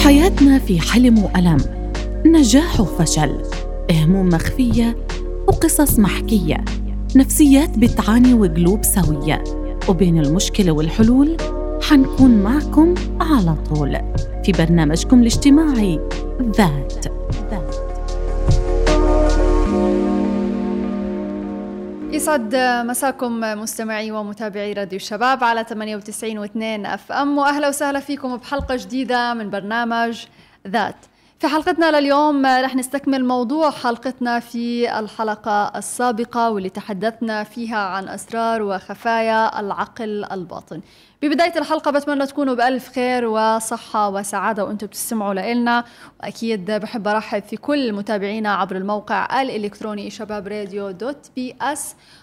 حياتنا في حلم وألم، نجاح وفشل، هموم مخفية وقصص محكية، نفسيات بتعاني وقلوب سوية، وبين المشكلة والحلول حنكون معكم على طول في برنامجكم الاجتماعي ذات. يسعد مساكم مستمعي ومتابعي راديو الشباب على 98.2 FM، وأهلا وسهلا فيكم بحلقة جديدة من برنامج ذات. في حلقتنا لليوم رح نستكمل موضوع حلقتنا في الحلقة السابقة، واللي تحدثنا فيها عن أسرار وخفايا العقل الباطن. ببداية الحلقة بتمنى تكونوا بألف خير وصحة وسعادة وأنتم بتستمعوا لإلنا، وأكيد بحب أرحب في كل متابعينا عبر الموقع الإلكتروني shababradio.bs،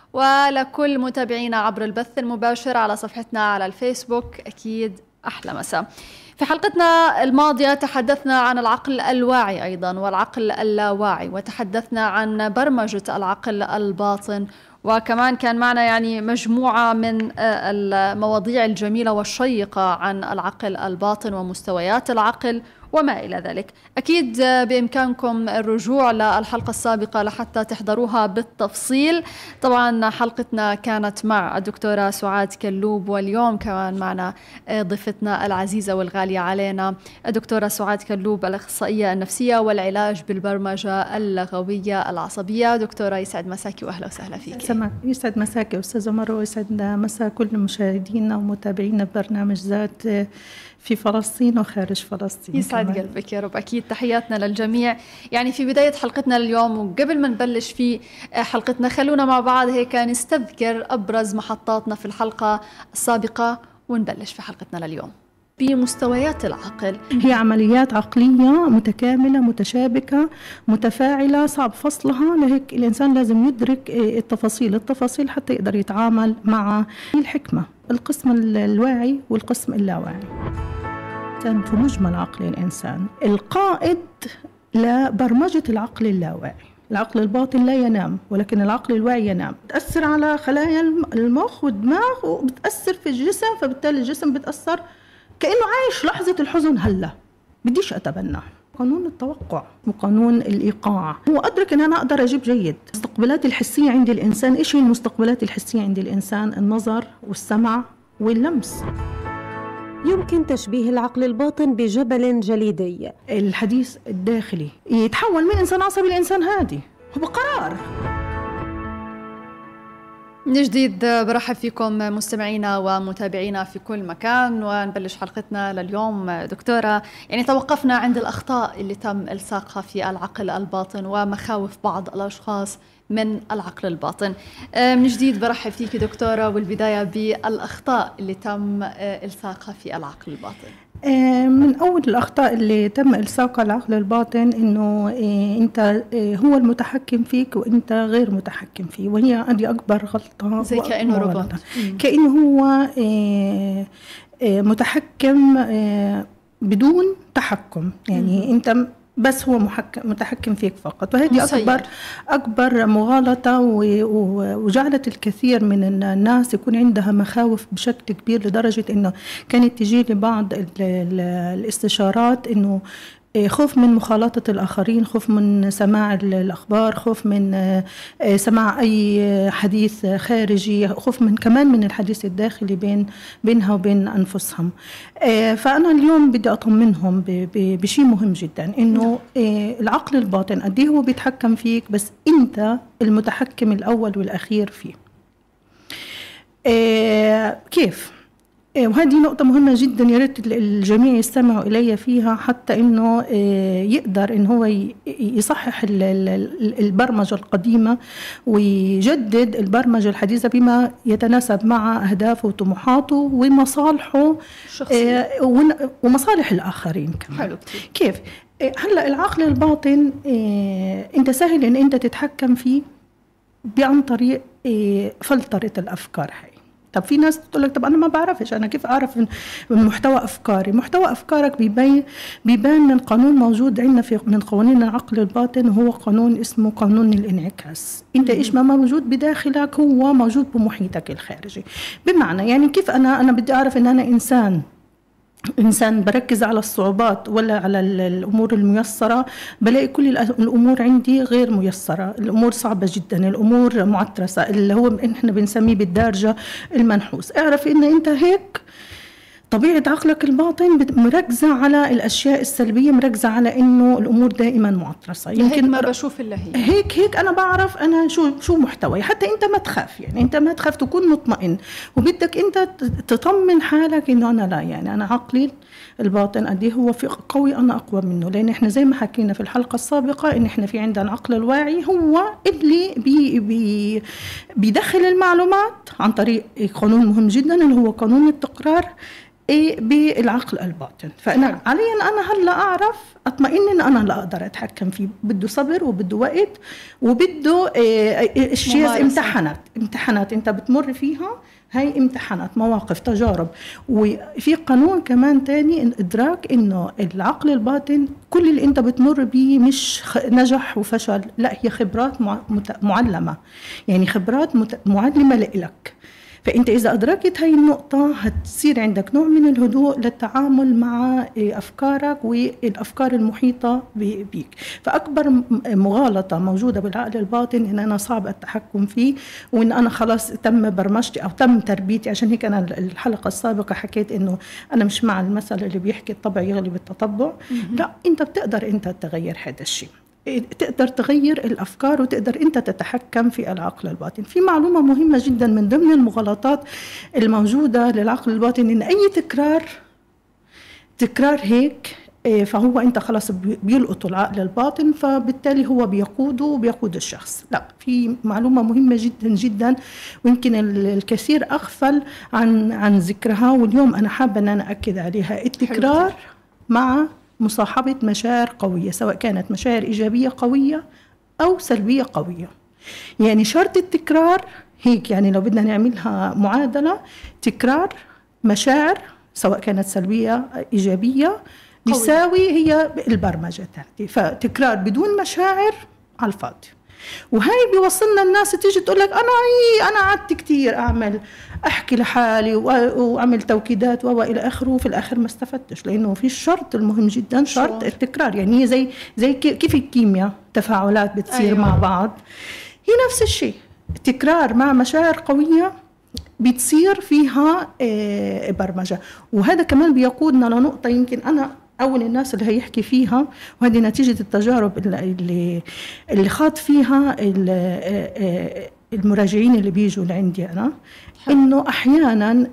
ولكل متابعينا عبر البث المباشر على صفحتنا على الفيسبوك أكيد أحلى مساء. في حلقتنا الماضية تحدثنا عن العقل الواعي أيضا والعقل اللاواعي، وتحدثنا عن برمجة العقل الباطن، وكمان كان معنا مجموعة من المواضيع الجميلة والشيقة عن العقل الباطن ومستويات العقل وما إلى ذلك. أكيد بإمكانكم الرجوع للحلقة السابقة لحتى تحضروها بالتفصيل. طبعا حلقتنا كانت مع الدكتورة سعاد كلوب، واليوم كمان معنا ضيفتنا العزيزة والغالية علينا الدكتورة سعاد كلوب، الأخصائية النفسية والعلاج بالبرمجة اللغوية العصبية. دكتورة يسعد مساكي وأهلا وسهلا فيك. يسعد مساكي أستاذة مروة، ويسعد مساء كل مشاهدينا ومتابعينا ببرنامج ذات في فلسطين وخارج فلسطين. يسعد قلبك يا رب. أكيد تحياتنا للجميع. في بداية حلقتنا اليوم وقبل ما نبلش في حلقتنا، خلونا مع بعض هيك نستذكر أبرز محطاتنا في الحلقة السابقة ونبلش في حلقتنا لليوم. بمستويات العقل، هي عمليات عقلية متكاملة متشابكة متفاعلة صعب فصلها، لهيك الإنسان لازم يدرك التفاصيل حتى يقدر يتعامل مع الحكمة. القسم الواعي والقسم اللاواعي كان في مجمل عقل الإنسان القائد لبرمجة العقل اللاواعي. العقل الباطن لا ينام، ولكن العقل الواعي ينام. بتأثر على خلايا المخ والدماغ وبتأثر في الجسم، فبالتالي الجسم بتأثر كأنه عايش لحظة الحزن هلا، بديش أتبناه. قانون التوقع وقانون الإيقاع، هو أدرك أن أنا أقدر أجيب جيد. المستقبلات الحسية عند الإنسان، إيش هي المستقبلات الحسية عند الإنسان؟ النظر والسمع واللمس. يمكن تشبيه العقل الباطن بجبل جليدي. الحديث الداخلي يتحول من إنسان عصبي لإنسان هادي، هو قرار. من جديد برحب فيكم مستمعينا ومتابعينا في كل مكان، ونبلش حلقتنا لليوم. دكتورة، توقفنا عند الأخطاء اللي تم إلصاقها في العقل الباطن ومخاوف بعض الأشخاص من العقل الباطن. من جديد برحب فيك دكتورة، والبداية بالأخطاء اللي تم إلصاقها في العقل الباطن. من أول الأخطاء اللي تم إلصاقها العقل الباطن إنه أنت هو المتحكم فيك وأنت غير متحكم فيه، وهي هذه أكبر غلطة. زي كأنه روبوت، كأنه هو متحكم بدون تحكم. أنت بس هو متحكم فيك فقط، وهذه أكبر مغالطة، وجعلت الكثير من الناس يكون عندها مخاوف بشكل كبير، لدرجة إنه كانت تجي لبعض الاستشارات إنه خوف من مخالطة الآخرين، خوف من سماع الأخبار، خوف من سماع أي حديث خارجي، خوف كمان من الحديث الداخلي بينها وبين أنفسهم. فأنا اليوم بدي أطمنهم بشيء مهم جدا، إنه العقل الباطن قد إيه هو بيتحكم فيك، بس أنت المتحكم الأول والأخير فيه. كيف؟ وهذه نقطة مهمة جدا، يا ريت الجميع يستمعوا إلي فيها، حتى إنه يقدر إن هو يصحح البرمجة القديمة ويجدد البرمجة الحديثة بما يتناسب مع أهدافه وطموحاته ومصالحه ومصالح الآخرين كمان. حلو. كيف؟ هلأ العقل الباطن أنت سهل إن أنت تتحكم فيه عن طريق فلترة الأفكار هاي. طب في ناس تقول لك طب أنا ما بعرفش، أنا كيف أعرف من محتوى أفكاري؟ محتوى أفكارك بيبان من قانون موجود عندنا من قوانين العقل الباطن، وهو قانون اسمه قانون الانعكاس. أنت إيش ما موجود بداخلك هو موجود بمحيطك الخارجي. بمعنى كيف أنا بدي أعرف إن أنا إنسان إنسان بركز على الصعوبات ولا على الأمور الميسرة، بلاقي كل الأمور عندي غير ميسرة، الأمور صعبة جدا، الأمور معترسة، اللي هو إحنا بنسميه بالدارجة المنحوس. اعرف إن أنت هيك طبيعة عقلك الباطن مركزة على الأشياء السلبية، مركزة على إنه الأمور دائما معترسة. يمكن ما بشوف إلا هيك أنا بعرف أنا شو محتوي. حتى أنت ما تخاف، يعني أنت ما تخاف، تكون مطمئن، وبدك أنت تطمن حالك إنه أنا لا، يعني أنا عقلي الباطن قديه هو في قوي، أنا أقوى منه. لأن إحنا زي ما حكينا في الحلقة السابقة إن إحنا في عندنا العقل الواعي هو اللي بيدخل المعلومات عن طريق قانون مهم جدا اللي هو قانون التكرار بالعقل الباطن. فأنا علي أن أنا هلا أعرف أطمئن إن أنا لا أقدر أتحكم فيه. بده صبر وبده وقت وبده الشيء امتحانات أنت بتمر فيها، هاي امتحانات، مواقف، تجارب. وفي قانون كمان تاني، الإدراك إنه العقل الباطن كل اللي أنت بتمر بيه مش نجح وفشل، لا، هي خبرات معلمة، يعني خبرات معلمة لإلك. فأنت إذا أدركت هاي النقطة هتصير عندك نوع من الهدوء للتعامل مع أفكارك والأفكار المحيطة بيك. فأكبر مغالطة موجودة بالعقل الباطن إن أنا صعب التحكم فيه، وإن أنا خلاص تم برمجتي أو تم تربيتي. عشان هيك أنا الحلقة السابقة حكيت إنه أنا مش مع المثل اللي بيحكي الطبع يغلب التطبع. لا، أنت بتقدر أنت تغير هذا الشيء، تقدر تغير الأفكار وتقدر أنت تتحكم في العقل الباطن. في معلومة مهمة جدا من ضمن المغالطات الموجودة للعقل الباطن، إن أي تكرار هيك فهو أنت خلاص بيلقط العقل الباطن، فبالتالي هو بيقود الشخص. لا، في معلومة مهمة جدا جدا ويمكن الكثير أغفل عن ذكرها، واليوم أنا حابة أن أنا أكد عليها. التكرار مع مصاحبة مشاعر قوية، سواء كانت مشاعر إيجابية قوية أو سلبية قوية. يعني شرط التكرار هيك، يعني لو بدنا نعملها معادلة، تكرار مشاعر سواء كانت سلبية إيجابية بيساوي هي البرمجة تاعتي. فتكرار بدون مشاعر على الفاضي. وهاي بيوصلنا الناس تيجي تقول لك أنا قعدت كتير أحكي لحالي وأعمل توكيدات وإلى آخره، وفي الآخر ما استفدتش. لأنه في الشرط المهم جدا شرط التكرار. يعني هي زي كيف الكيمياء تفاعلات بتصير مع بعض، هي نفس الشيء. تكرار مع مشاعر قوية بتصير فيها برمجة. وهذا كمان بيقودنا لنقطة يمكن أنا أول الناس اللي هيحكي فيها، وهذه نتيجة التجارب اللي خاض فيها المراجعين اللي بيجوا لعندي أنا، إنه أحيانا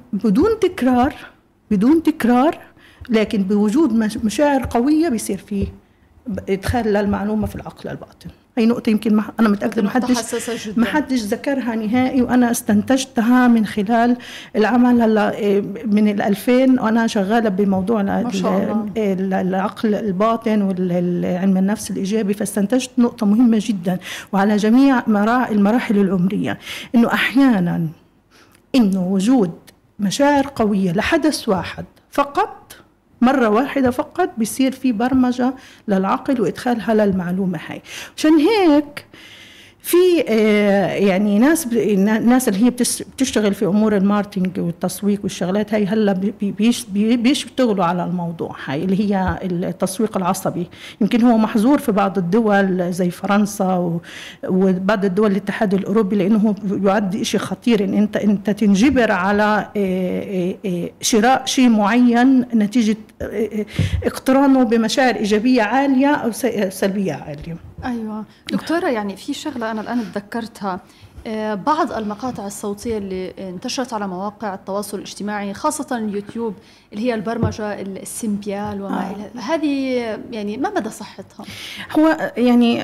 بدون تكرار لكن بوجود مشاعر قوية بيصير فيه إدخال المعلومة في العقل الباطن. هي نقطة يمكن أنا متأكدة ما حدش ذكرها نهائي، وأنا استنتجتها من خلال العمل هلا من 2000 وأنا شغالة بموضوع العقل الباطن والعلم النفس الإيجابي. فاستنتجت نقطة مهمة جدا وعلى جميع المراحل العمرية، إنه أحيانا إنه وجود مشاعر قوية لحدث واحد فقط، مرة واحدة فقط، بيصير في برمجة للعقل وإدخالها للمعلومة هاي. عشان هيك في يعني ناس اللي هي بتشتغل في أمور الماركتينج والتسويق والشغلات هاي هلا بيشتغلوا على الموضوع هاي اللي هي التسويق العصبي. يمكن هو محظور في بعض الدول زي فرنسا وبعض الدول الاتحاد الأوروبي، لأنه هو يعد إشي خطير إن أنت تنجبر على شراء شيء معين نتيجة اقترانه بمشاعر إيجابية عالية أو سلبية عالية. أيوة دكتورة، يعني في شغلة أنا الآن تذكرتها، بعض المقاطع الصوتية اللي انتشرت على مواقع التواصل الاجتماعي خاصة اليوتيوب اللي هي البرمجة السيمبيال وما إلى هذه، يعني ما مدى صحتها؟ هو يعني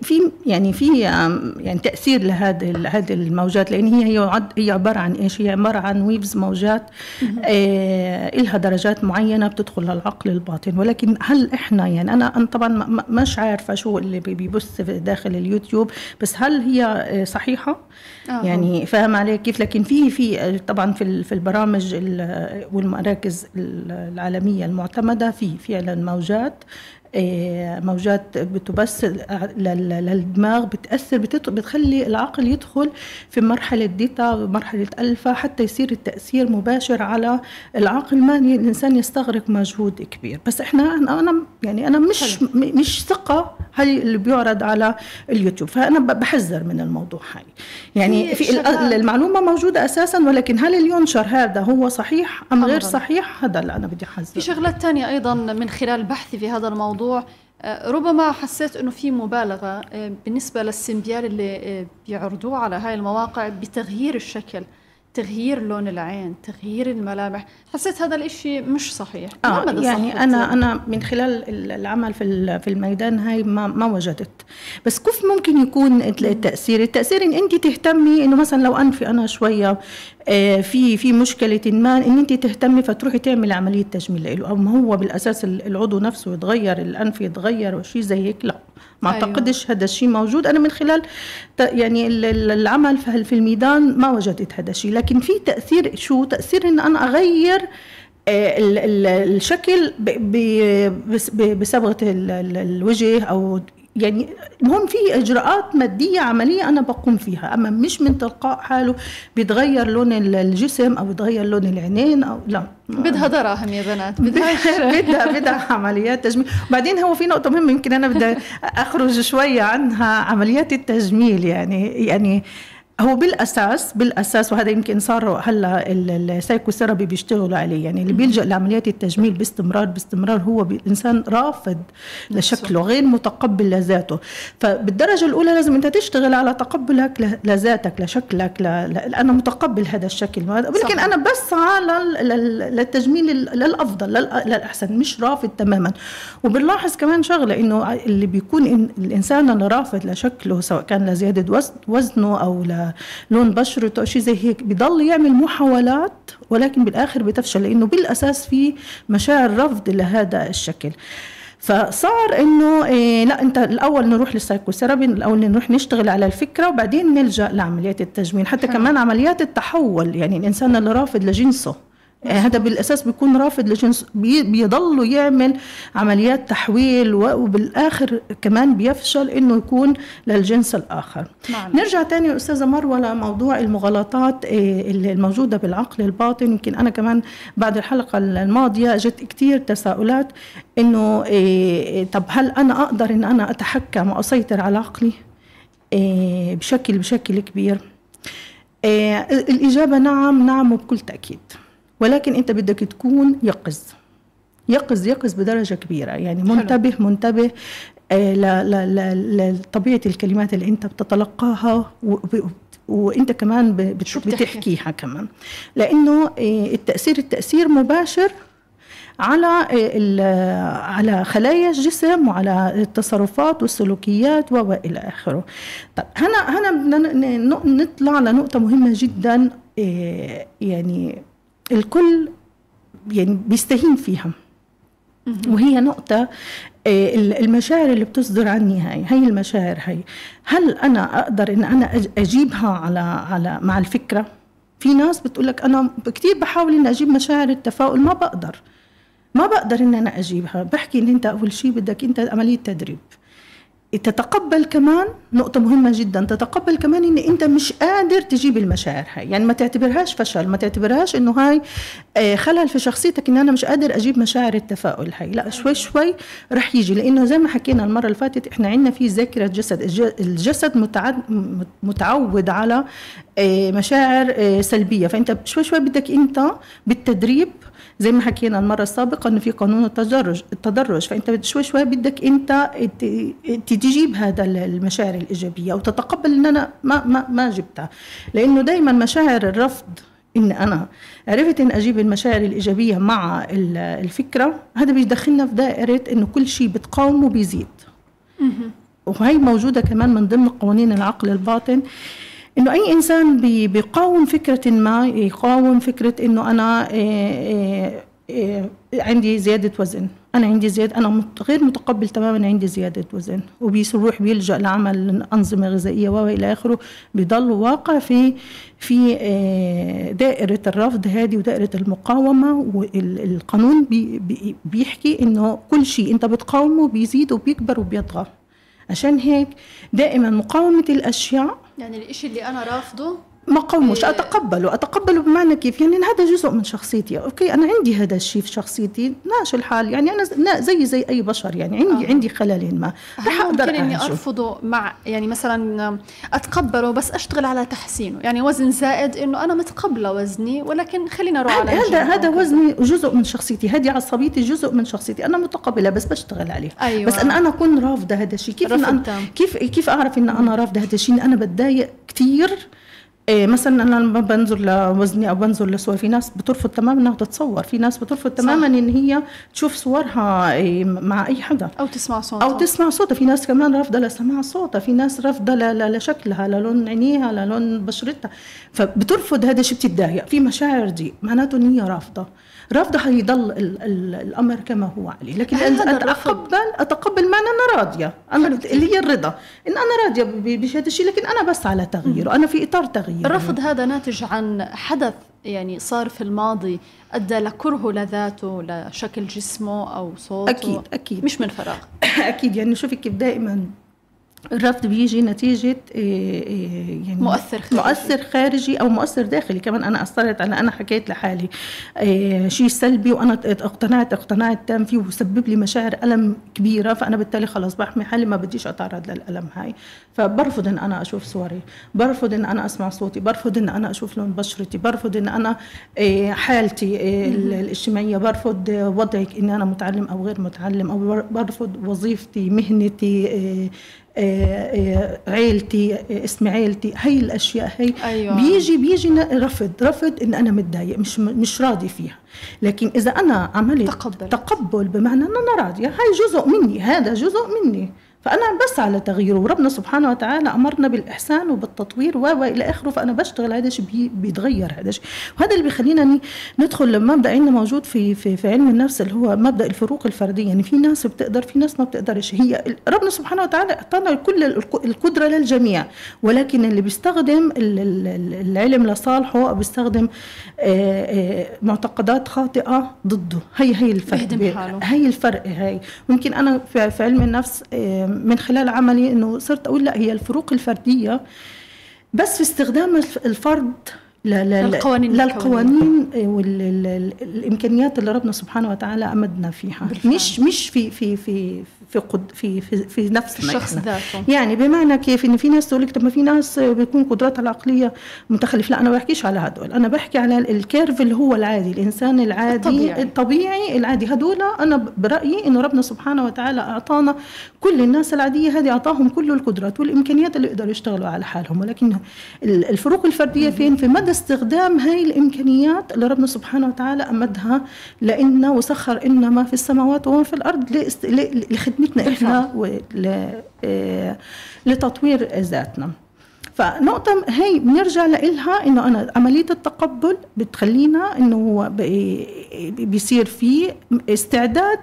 في تأثير لهذه الموجات، لأن هي عبارة عن إيش؟ هي عبارة عن ويفز، موجات إلها درجات معينة بتدخل للعقل الباطن. ولكن هل إحنا يعني أنا طبعا مش عارفة شو اللي بيبث داخل اليوتيوب، بس هل هي صحيحة؟ يعني فاهم عليك كيف؟ لكن في طبعا في البرامج والمراكز العالمية المعتمدة في فعلا موجات موجات بتبث للدماغ، بتأثر بتخلي العقل يدخل في مرحلة ديتا ومرحلة ألفا حتى يصير التأثير مباشر على العقل، ما الإنسان يستغرق مجهود كبير. بس أنا مش ثقة هاي اللي بيعرض على اليوتيوب، فأنا بحذر من الموضوع هاي. يعني في المعلومة موجودة أساسا، ولكن هل اللي ينشر هذا هو صحيح أم غير صحيح؟ هذا اللي أنا بدي أحذر. في شغلات تانية أيضا من خلال بحثي في هذا الموضوع، ربما حسيت أنه في مبالغة بالنسبة للسمبيال اللي بيعرضوه على هاي المواقع بتغيير الشكل، تغيير لون العين، تغيير الملامح. حسيت هذا الاشي مش صحيح. يعني أنا من خلال العمل في الميدان هاي ما وجدت. بس كيف ممكن يكون التأثير إن أنت تهتمي إنه مثلا لو أنفي أنا شوية في مشكلة ما، إن أنت تهتمي فتروحي تعملي عملية تجميل له، أو ما هو بالأساس العضو نفسه يتغير، الأنف يتغير وشي زي هيك، لا ما أعتقدش هذا الشيء موجود. أنا من خلال يعني العمل في الميدان ما وجدت هذا الشيء. لكن في تأثير، شو تأثير إن أنا أغير الشكل بصبغة الوجه، أو يعني المهم في إجراءات مادية عملية أنا بقوم فيها، أما مش من تلقاء حاله بيتغير لون الجسم أو بيتغير لون العينين أو لا. بدها دراهم يا بنات، بدها عمليات تجميل. بعدين هو في نقطة مهمة يمكن أنا بدي أخرج شوية عنها، عمليات التجميل. يعني هو بالأساس وهذا يمكن صار هلا السايكوثيرابي بيشتغلوا عليه، يعني اللي بيلجأ لعمليات التجميل باستمرار هو إنسان رافض لشكله، غير متقبل لذاته. فبالدرجة الأولى لازم أنت تشتغل على تقبلك لذاتك، لشكلك، أنا متقبل هذا الشكل، ولكن أنا بسعى للتجميل للأفضل للأحسن، مش رافض تماما. وبنلاحظ كمان شغلة، إنه اللي بيكون الإنسان اللي رافض لشكله، سواء كان لزيادة وزنه أو لون بشرته أو شيء زي هيك، بيضل يعمل محاولات ولكن بالآخر بتفشل، لأنه بالأساس في مشاعر رفض لهذا الشكل. فصار إنه لا، أنت الأول نروح للسايكوثيرابي، الأول نروح نشتغل على الفكرة وبعدين نلجأ لعمليات التجميل. حتى كمان عمليات التحول، يعني الإنسان اللي رافض لجنسه هذا بالأساس بيكون رافض لجنس، بيضلوا يعمل عمليات تحويل وبالآخر كمان بيفشل إنه يكون للجنس الآخر. نرجع تاني أستاذة مروة لموضوع المغالطات الموجودة بالعقل الباطن. يمكن أنا كمان بعد الحلقة الماضية جت كتير تساؤلات إنه طب هل أنا أقدر إن أنا أتحكم وأسيطر على عقلي بشكل كبير؟ الإجابة نعم وبكل تأكيد، ولكن أنت بدك تكون يقظ بدرجة كبيرة، يعني منتبه لطبيعة الكلمات اللي أنت بتتلقاها وأنت كمان بتحكيها كمان، لأنه التأثير مباشر على خلايا الجسم وعلى التصرفات والسلوكيات وإلى آخره. طب هنا بدنا نطلع لنقطة مهمة جدا، يعني الكل يعني بيستهين فيها، وهي نقطة المشاعر اللي بتصدر عني. هاي المشاعر هل أنا أقدر إن أنا أجيبها على مع الفكرة؟ في ناس بتقولك أنا كتير بحاول إن أجيب مشاعر التفاؤل، ما بقدر إن أنا أجيبها. بحكي إن أنت أول شيء بدك أنت عملية تدريب، تتقبل كمان نقطة مهمة جدا، تتقبل كمان إن أنت مش قادر تجيب المشاعر يعني ما تعتبرهاش فشل، ما تعتبرهاش إنه هاي خلل في شخصيتك إن أنا مش قادر أجيب مشاعر التفاؤل لا، شوي رح يجي، لأنه زي ما حكينا المرة اللي فاتت إحنا عندنا في ذاكرة الجسد متعود على مشاعر سلبية، فأنت شوي بدك أنت بالتدريب زي ما حكينا المرة السابقة إنه في قانون التدرج، فأنت شوي بدك أنت تجيب هذا المشاعر الإيجابية وتتقبل إن أنا ما جبتها، لأنه دايما مشاعر الرفض إن أنا عرفت إن أجيب المشاعر الإيجابية مع الفكرة، هذا بيدخلنا في دائرة إنه كل شيء بتقاومه بيزيد. وهي موجودة كمان من ضمن قوانين العقل الباطن، إنه أي إنسان بيقاوم فكرة ما، يقاوم فكرة إنه أنا عندي زيادة وزن، أنا عندي زيادة، أنا غير متقبل تماما عندي زيادة وزن، وبيروح بيلجأ لعمل أنظمة غذائية وإلى آخره، بيضل واقع في دائرة الرفض هذه ودائرة المقاومة. والقانون بيحكي إنه كل شيء أنت بتقاومه بيزيد وبيكبر وبيطغى. عشان هيك دائما مقاومة الأشياء، يعني الإشي اللي أنا رافضه ما قومش أتقبله بمعنى كيف؟ يعني هذا جزء من شخصيتي. أوكي أنا عندي هذا الشيء في شخصيتي، ماشي الحال، يعني أنا زي أي بشر، يعني عندي خلل ما رح أقدر ممكن إني أرفضه مع يعني مثلا أتقبله بس أشتغل على تحسينه. يعني وزن زائد إنه أنا متقبلة وزني، ولكن خلينا نروح على هذا وزني جزء من شخصيتي، هذه عصبيتي جزء من شخصيتي، أنا متقبلة بس بشتغل عليه. أيوة. بس أنا أكون رافضة هذا الشيء. كيف أعرف إن أنا رافضة هذا الشيء؟ إن أنا بتضايق كتير. مثلا أنا لما بنظر لوزني أو بنظر لصور، في ناس بترفض تماما إنها تتصور، في ناس بترفض تماما إن هي تشوف صورها مع أي حدا أو تسمع صوتها. في ناس كمان رافضة لسماع صوتها، في ناس رافضة لشكلها، للون عينيها، للون بشرتها، فبترفض هذا الشيء، بتتضايق في مشاعر دي، معناته إن هي رافضة هيضل الأمر كما هو عليه. لكن أتقبل ما أنا راضية، اللي هي الرضا، إن أنا راضية بهذا الشيء، لكن أنا بس على تغييره، أنا في إطار تغيير. الرفض هذا ناتج عن حدث يعني صار في الماضي أدى لكرهه لذاته، لشكل جسمه أو صوته. أكيد مش من فراغ. أكيد. يعني شوفي كيف دائما الرفض بيجي نتيجة يعني مؤثر خارجي أو مؤثر داخلي كمان. أنا أثرت على، أنا حكيت لحالي شيء سلبي وأنا اقتنعت تام فيه وسبب لي مشاعر ألم كبيرة، فأنا بالتالي خلاص بحمي حالي، ما بديش أتعرض للألم هاي. فبرفض إن أنا أشوف صوري، برفض إن أنا أسمع صوتي، برفض إن أنا أشوف لون بشرتي، برفض إن أنا حالتي الاجتماعية، برفض وضعي إن أنا متعلم أو غير متعلم، أو برفض وظيفتي، مهنتي، عيلتي، اسم عيلتي، هاي الأشياء هاي. أيوة. بيجي رفض إن أنا متضايق، مش راضي فيها. لكن إذا أنا عملت تقبل بمعنى أن أنا راضية، هاي جزء مني، هذا جزء مني، فأنا بس على تغييره. وربنا سبحانه وتعالى أمرنا بالإحسان وبالتطوير وإلى آخره، فأنا بشتغل هذا الشيء، بيتغير هذا الشيء. وهذا اللي بيخلينا ندخل لمبدأ عندنا موجود في علم النفس، اللي هو مبدأ الفروق الفردية. يعني في ناس بتقدر، في ناس ما بتقدرش. هي ربنا سبحانه وتعالى أعطانا كل القدرة للجميع، ولكن اللي بيستخدم العلم لصالحه أو بيستخدم معتقدات خاطئة ضده، هي الفرق. هي الفرق. هي ممكن أنا في علم النفس من خلال عملي إنه صرت أقول لا، هي الفروق الفردية بس في استخدام الفرد للقوانين والإمكانيات اللي ربنا سبحانه وتعالى أمدنا فيها، مش في نفسنا الشخص ذاته. يعني بمعنى كيف إن في ناس تقول لك طب ما في ناس بيكون قدراتها العقلية متخلفة. لا، أنا ما بحكيش على هدول، أنا بحكي على الكيرف اللي هو العادي، الإنسان العادي الطبيعي العادي. هدول أنا برأيي إنه ربنا سبحانه وتعالى أعطانا كل الناس العادية هذه، أعطاهم كل القدرات والإمكانيات اللي يقدروا يشتغلوا على حالهم. ولكن الفروق الفردية فين؟ في مدى استخدام هاي الإمكانيات اللي ربنا سبحانه وتعالى أمدها لإلنا، وسخر إلنا ما في السماوات وما في الأرض لخدمتنا إحنا لتطوير ذاتنا. فنقطة هي بنرجع لإلها، إنه أنا عملية التقبل بتخلينا إنه بيصير في استعداد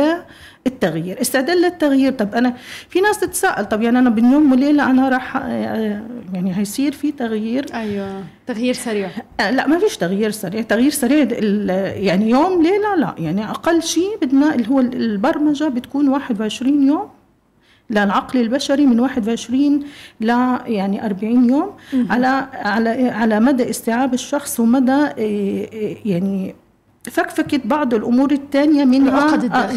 للتغيير. طب أنا في ناس تتساءل، طب يعني أنا بين يوم وليلة أنا راح يعني هيصير في تغيير؟ أيوة، تغيير سريع. لا، ما فيش تغيير سريع يعني يوم ليلة لا. يعني أقل شيء بدنا اللي هو البرمجة بتكون 21 يوم للعقل البشري، من 21 ل يعني 40 يوم على مدى استيعاب الشخص ومدى يعني فكفكت بعض الأمور الثانية منها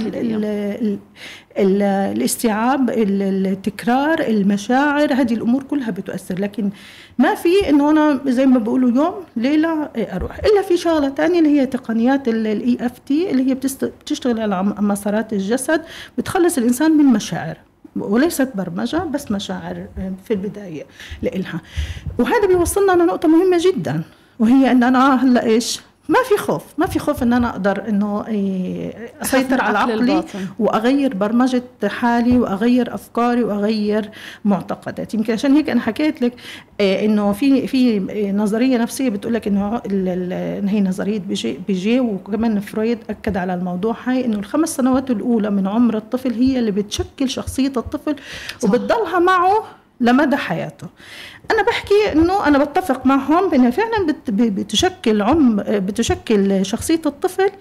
الاستيعاب، التكرار، المشاعر، هذه الأمور كلها بتؤثر. لكن ما في إنه أنا زي ما بقولوا يوم ليلة أروح، إلا في شغلة تانية اللي هي تقنيات EFT اللي هي بتشتغل على مسارات الجسد، بتخلص الإنسان من مشاعر، وليست برمجة بس مشاعر في البداية لإلها. وهذا بيوصلنا لنقطة مهمة جدا، وهي أن أنا هلأ إيش ما في خوف ان انا اقدر انه اسيطر على عقلي واغير برمجه حالي واغير افكاري واغير معتقداتي. يمكن عشان هيك انا حكيت لك انه في نظريه نفسيه بتقول لك انه هي نظريه بيجي، وكمان فرويد اكد على الموضوع هاي، انه ال5 سنوات الاولى من عمر الطفل هي اللي بتشكل شخصيه الطفل وبتضلها معه لمدى حياته. أنا بحكي إنه أنا بتفق معهم بأنها فعلا بتشكل شخصية الطفل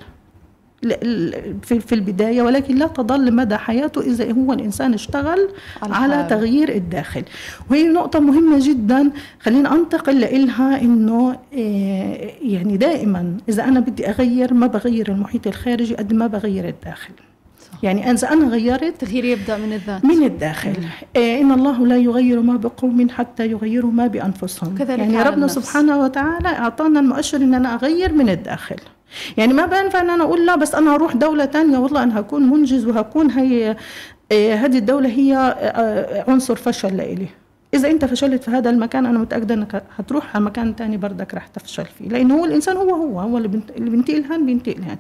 في البداية، ولكن لا تظل مدى حياته إذا هو الإنسان اشتغل على تغيير الداخل. وهي نقطة مهمة جدا. خلينا أنتقل لإلها إنه يعني دائما إذا أنا بدي أغير ما بغير المحيط الخارجي قد ما بغير الداخل. يعني إذا أنا غيرت، التغيير يبدأ من الذات، من الداخل. إن الله لا يغير ما بقوم حتى يغيروا ما بأنفسهم. يعني ربنا سبحانه وتعالى أعطانا المؤشر إن أنا أغير من الداخل. يعني ما بينفع أن أنا أقول لا بس أنا أروح دولة تانية والله أنا هكون منجز وهكون هذه الدولة هي عنصر فشل لإلي. إذا أنت فشلت في هذا المكان أنا متأكدة أنك هتروح على مكان تاني بردك رح تفشل فيه، لأنه هو الإنسان هو اللي بينتقل هان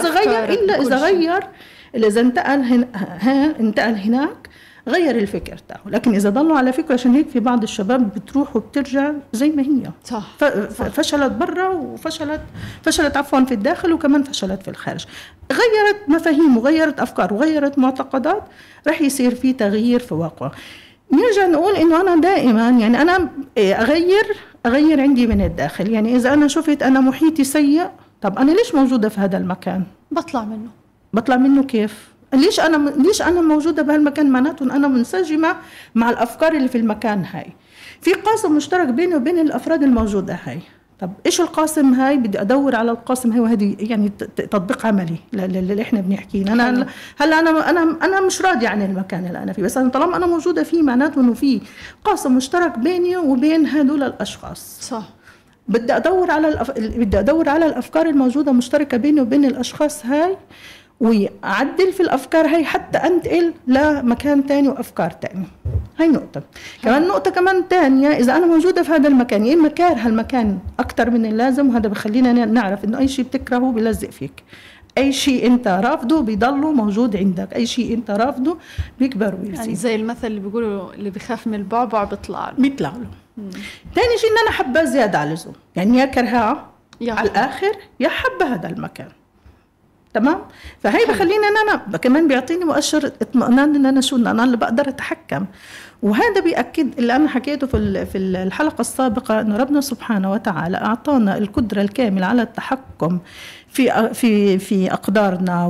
إلا إذا انتقل هناك غير الفكر تاعه. لكن إذا ضلوا على فكرة، عشان هيك في بعض الشباب بتروح وبترجع زي ما هي صح. فشلت برا وفشلت عفوا في الداخل وكمان فشلت في الخارج. غيرت مفاهيم وغيرت أفكار وغيرت معتقدات، رح يصير في تغيير في واقع. نرجع نقول إنه أنا دائما يعني أنا أغير عندي من الداخل. يعني إذا أنا شفت أنا محيطي سيء، طب أنا ليش موجودة في هذا المكان؟ بطلع منه كيف؟ ليش أنا موجودة بهالمكان؟ معناته أنا منسجمة مع الأفكار اللي في المكان هاي. في قاسم مشترك بيني وبين الأفراد الموجودة هاي. طب إيش القاسم هاي؟ بدي أدور على القاسم هاي، وهذه يعني تطبيق عملي اللي إحنا بنحكيه. أنا مش راضي عن المكان اللي أنا فيه، بس أنا طالما أنا موجودة فيه معناته إنه في قاسم مشترك بيني وبين هذول الأشخاص. صح. بدي أدور على الأفكار الموجودة مشتركة بيني وبين الأشخاص هاي، ويعدل في الأفكار هاي حتى أنتقل لمكان تاني وأفكار تاني. هاي نقطة. كمان نقطة كمان تانية، إذا أنا موجودة في هذا المكان يا إما كاره هالمكان أكتر من اللازم، وهذا بخلينا نعرف إنه أي شيء بتكرهه بيلزق فيك، أي شيء أنت رافضه بيضله موجود عندك، أي شيء أنت رافضه بيكبر ويزيد. يعني زي المثل اللي بيقولوا اللي بيخاف من البعبع بيطلع له. تاني شيء إن أنا حبة زيادة على اللزوم، يعني يا كرهها على الآخر يا حبة هذا المكان. تمام. فهي بخليني ان انا كمان بيعطيني مؤشر اطمئنان ان انا انا اللي بقدر اتحكم. وهذا بيأكد اللي انا حكيته في الحلقه السابقه، انه ربنا سبحانه وتعالى اعطانا القدره الكامله على التحكم في اقدارنا